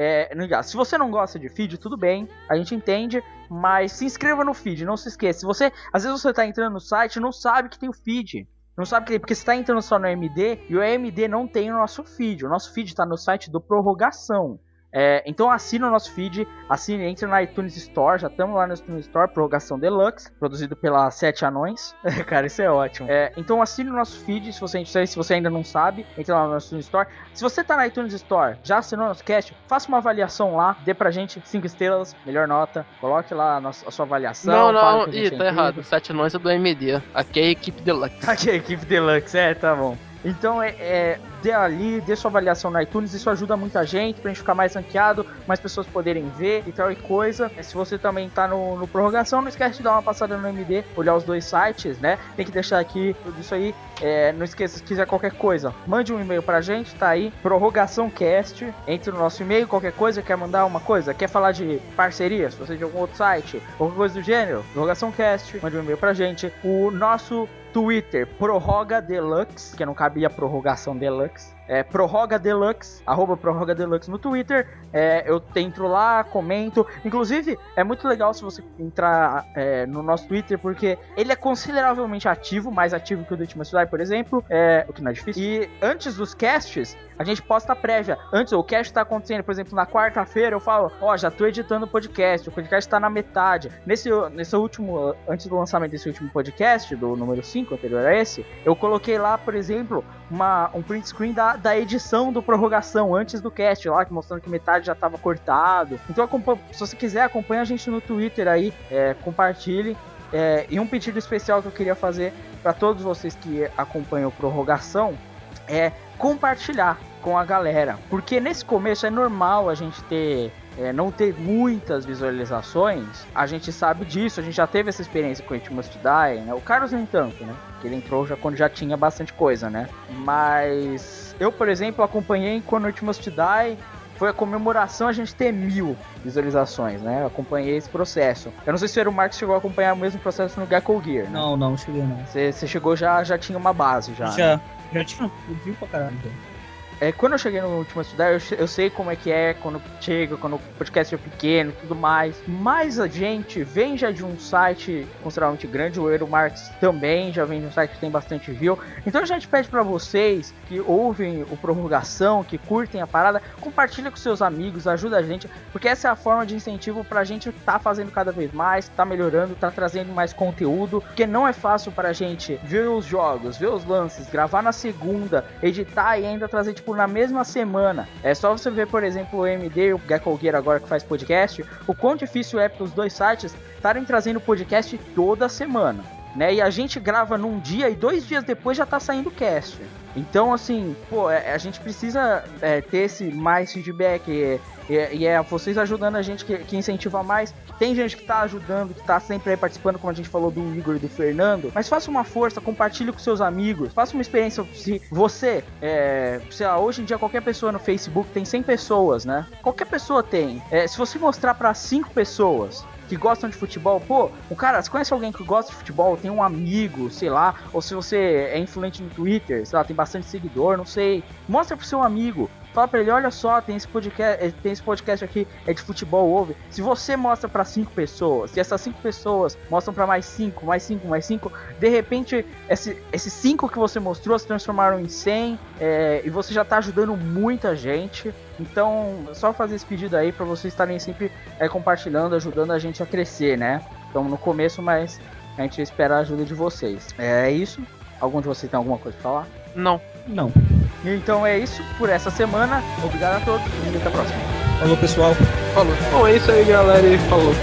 Se você não gosta de feed, tudo bem, a gente entende, mas se inscreva no feed, não se esqueça. Às vezes você tá entrando no site e não sabe que tem o feed. Não sabe que tem, porque você tá entrando só no EMD e o EMD não tem o nosso feed. O nosso feed tá no site do Prorrogação. Então assina o nosso feed, entre na iTunes Store, já estamos lá no iTunes Store, Prorrogação Deluxe, produzido pela 7 Anões. Cara, isso é ótimo. Então assine o nosso feed, se você ainda não sabe, entre lá no iTunes Store. Se você tá na iTunes Store, já assinou nosso cast, faça uma avaliação lá, dê pra gente 5 estrelas, melhor nota, coloque lá a sua avaliação. Não, tá errado, 7 Anões é do MD, aqui é a equipe Deluxe. Aqui é a equipe Deluxe, tá bom. Então dê sua avaliação no iTunes, isso ajuda muita gente pra gente ficar mais ranqueado, mais pessoas poderem ver e tal e coisa. Se você também tá no Prorrogação, não esquece de dar uma passada no MD, olhar os 2 sites, né? Tem que deixar aqui tudo isso aí. Não esqueça, se quiser qualquer coisa, mande um e-mail pra gente, tá aí, ProrrogaçãoCast. Entre no nosso e-mail, qualquer coisa, quer mandar uma coisa, quer falar de parceria, se você é de algum outro site, qualquer coisa do gênero, ProrrogaçãoCast, mande um e-mail pra gente. O nosso Twitter, Prorroga Deluxe, que não cabia Prorrogação Deluxe. Prorroga Deluxe, @Prorroga Deluxe no Twitter. Eu entro lá, comento. Inclusive, é muito legal se você entrar no nosso Twitter, porque ele é consideravelmente ativo, mais ativo que o do It Must Die, por exemplo, o que não é difícil. E antes dos casts, a gente posta a prévia. Antes, o cast tá acontecendo, por exemplo, na quarta-feira, eu falo, já tô editando o podcast tá na metade. Nesse último, antes do lançamento desse último podcast, do número 5, anterior a esse, eu coloquei lá, por exemplo, um print screen da edição do Prorrogação, antes do cast lá, mostrando que metade já tava cortado. Então, se você quiser, acompanha a gente no Twitter aí, compartilhe. E um pedido especial que eu queria fazer para todos vocês que acompanham o Prorrogação é compartilhar com a galera, porque nesse começo é normal a gente não ter muitas visualizações. A gente sabe disso, a gente já teve essa experiência com o It Must Die, né? O Carlos nem tanto, né? Que ele entrou já quando já tinha bastante coisa, né? Mas eu, por exemplo, acompanhei quando o It Must Die foi a comemoração, a gente ter 1000 visualizações, né? Eu acompanhei esse processo. Eu não sei se o Marcos chegou a acompanhar o mesmo processo no Gecko Gear, né? Não cheguei não. Você chegou já tinha uma base já. Já tinha, viu pra caralho. Quando eu cheguei no último estudar, eu sei como é que quando chega, quando o podcast é pequeno e tudo mais. Mas a gente vem já de um site consideravelmente grande, o Euromarks também já vem de um site que tem bastante view. Então a gente pede pra vocês que ouvem o Prorrogação, que curtem a parada, compartilha com seus amigos, ajuda a gente, porque essa é a forma de incentivo pra gente tá fazendo cada vez mais, tá melhorando, tá trazendo mais conteúdo, porque não é fácil pra gente ver os jogos, ver os lances, gravar na segunda, editar e ainda trazer na mesma semana. É só você ver, por exemplo, o MD e o Gecko Gear agora que faz podcast, o quão difícil é para os 2 sites estarem trazendo podcast toda semana. né? E a gente grava num dia e 2 dias depois já tá saindo o cast. Então, assim, pô, a gente precisa ter esse mais feedback e é vocês ajudando a gente que incentiva mais. Tem gente que tá ajudando, que tá sempre aí participando, como a gente falou do Igor e do Fernando. Mas faça uma força, compartilhe com seus amigos, faça uma experiência. Se você, sei lá, hoje em dia qualquer pessoa no Facebook tem 100 pessoas, né? Qualquer pessoa tem. Se você mostrar pra 5 pessoas que gostam de futebol, pô, você conhece alguém que gosta de futebol, tem um amigo, sei lá, ou se você é influente no Twitter, sei lá, tem bastante seguidor, não sei, mostra pro seu amigo, fala pra ele, olha só, tem esse podcast aqui, é de futebol, ouve. Se você mostra pra 5 pessoas, se essas 5 pessoas mostram pra mais 5, de repente, esses 5 que você mostrou se transformaram em 100, e você já tá ajudando muita gente. Então, só fazer esse pedido aí pra vocês estarem sempre compartilhando, ajudando a gente a crescer, né? Estamos no começo, mas a gente espera a ajuda de vocês. É isso? Algum de vocês tem alguma coisa pra falar? Não. Então é isso por essa semana. Obrigado a todos e até a próxima. Falou, pessoal. Falou. Bom, é isso aí, galera, e falou.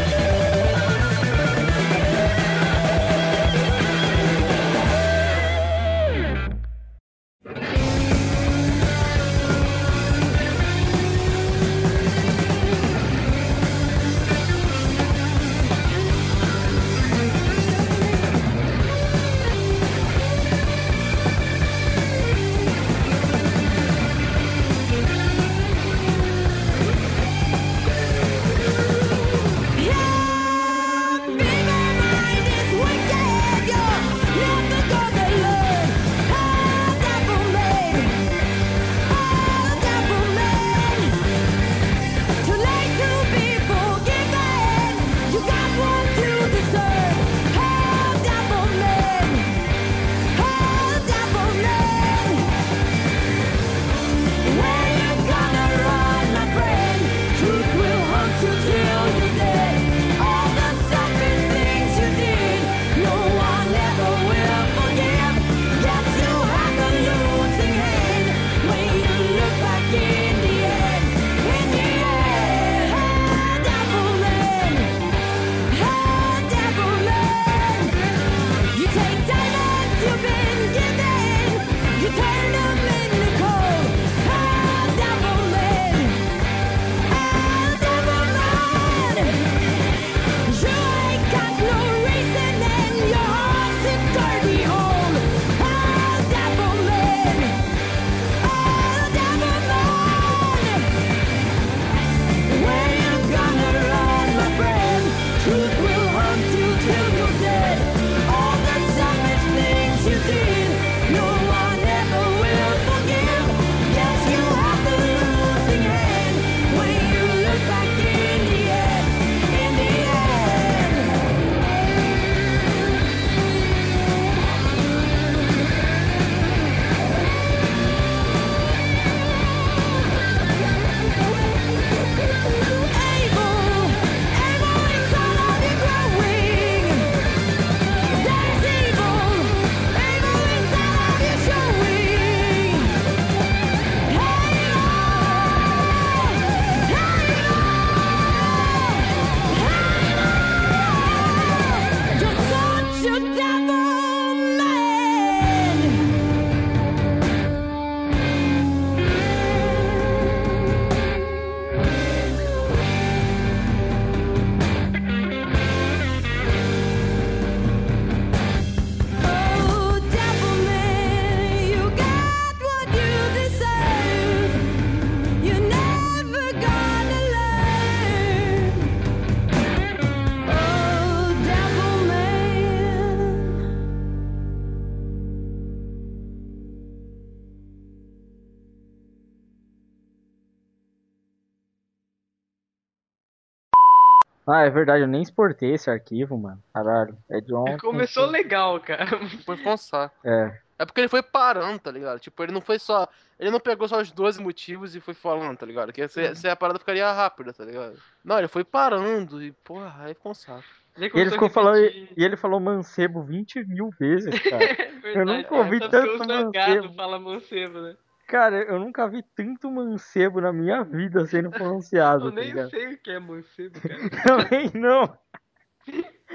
Ah, é verdade, eu nem exportei esse arquivo, mano. Caralho, é de ontem. Começou legal, cara. Foi com saco. É. É porque ele foi parando, tá ligado? Tipo, ele não foi só. Ele não pegou só os 12 motivos e foi falando, tá ligado? Que se a parada ficaria rápida, tá ligado? Não, ele foi parando e, porra, aí ficou um saco. E ele ficou falando, e ele falou mancebo 20 mil vezes, cara. Eu nunca ouvi tanto mancebo. Fala mancebo, né? Cara, eu nunca vi tanto mancebo na minha vida sendo pronunciado. Eu tá nem ligado? sei o que é mancebo, cara. Também não.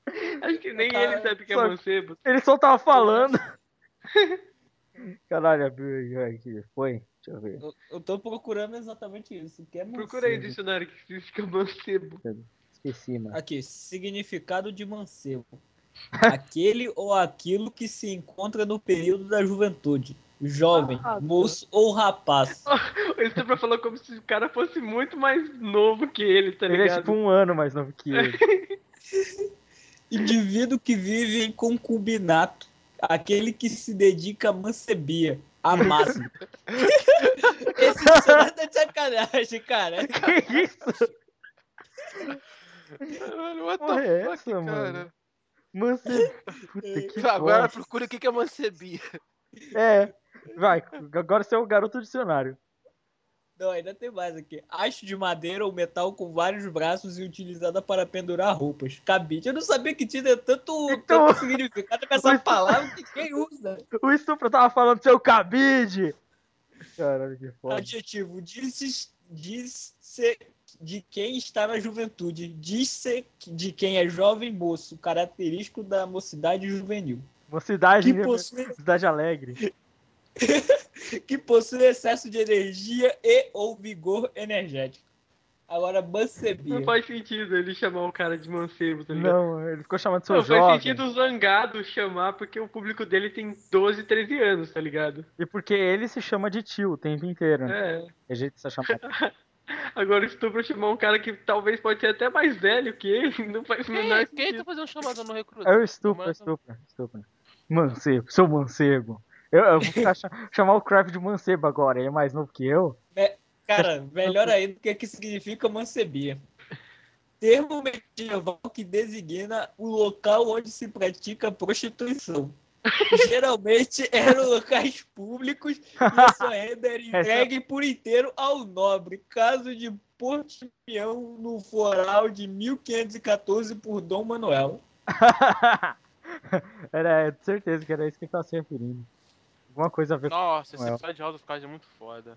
Acho que nem ele sabe que é Só- mancebo. Ele só tava falando. Caralho, abriu aqui. Foi? Deixa eu ver. Eu tô procurando exatamente isso. Que é Procura aí o mancebo. dicionário que significa mancebo. Esqueci, mano. Aqui, significado de mancebo. Aquele ou aquilo que se encontra no período da juventude. Jovem, moço ou rapaz. Isso é pra falar como se o cara fosse muito mais novo que ele, tá Ele é ligado? tipo 1 ano mais novo que ele. Indivíduo que vive em concubinato. Aquele que se dedica à mancebia. A máxima. Esse dicionário tá de sacanagem, cara. Que isso? Mano, what Porra, the é fuck, essa, cara? mano? Mancebia. Puta que Agora bosta. procura o que é mancebia. É. Vai, agora você é o garoto do dicionário. Não, ainda tem mais aqui. Haste de madeira ou metal com vários braços e utilizada para pendurar roupas. Cabide. Eu não sabia que tinha tanto, Então- tanto significado com essa Mas- palavra que quem usa. O estupro tava falando seu cabide. Caralho, que foda. Adjetivo. Diz-se de quem está na juventude. Diz-se de quem é jovem moço. Característico da mocidade juvenil. Uma cidade, Que possui, cidade alegre. que possui excesso de energia e ou vigor energético. Agora, mancebia. Não faz sentido ele chamar o cara de mancebo, tá ligado? Não, ele ficou chamando de seu Não, faz jovem. sentido o Zangado chamar porque o público dele tem 12, 13 anos, tá ligado? E porque ele se chama de tio o tempo inteiro. Né? É. É jeito de se chamar. Agora o estupro chamar um cara que talvez pode ser até mais velho que ele, não faz o menor Quem sentido. tá fazendo chamada no recruta? É o estupro. Mancebo, seu mancebo. Eu vou ficar chamar o Crave de mancebo agora, ele é mais novo que eu. Cara, melhor ainda, o que significa mancebia? Termo medieval que designa o local onde se pratica prostituição. Geralmente eram locais públicos e a sua renda era entregue por inteiro ao nobre. Caso de Portimão no Foral de 1514 por Dom Manuel. Era de certeza que era isso que ele tava se referindo. Alguma coisa a ver Nossa, com esse ela. episódio de House of Cards é muito foda.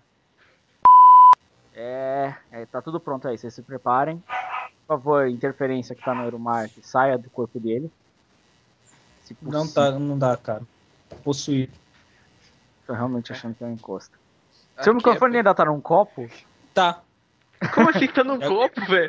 Tá tudo pronto aí, vocês se preparem. Por favor, interferência que tá no Euromar, que saia do corpo dele. Se possível. Não dá, cara. Possuir. Tô realmente achando que é um encosto. Aqui Seu microfone ainda tá num copo? Tá. Como assim que tá no copo, velho?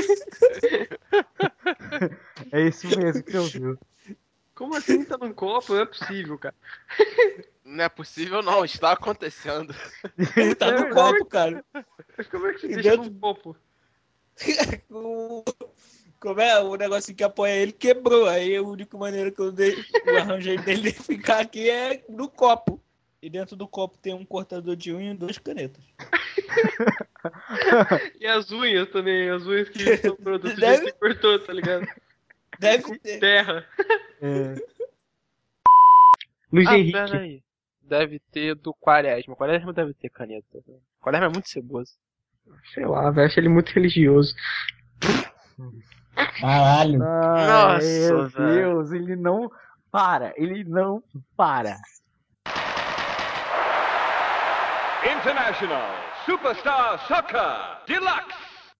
É isso mesmo que você ouviu. Como assim que tá num copo? Não é possível, cara. Não é possível não, está acontecendo. Tá no copo, cara. Mas como é que você E deixa dentro- num copo? Como é? O negócio que apoia ele quebrou. Aí a única maneira que eu arranjei dele ficar aqui é no copo. E dentro do copo tem um cortador de unha e 2 canetas. E as unhas também, as unhas que sobrou do Deve- jeito que cortou, tá ligado? Deve ter. Terra. É. Luiz Ah, Henrique. pera aí. Deve ter do Quaresma. Quaresma deve ter caneta. Quaresma é muito ceboso. Sei lá, velho, acho ele muito religioso. Caralho. Ai, Nossa, meu velho. Deus, ele não para. International Superstar Soccer Deluxe.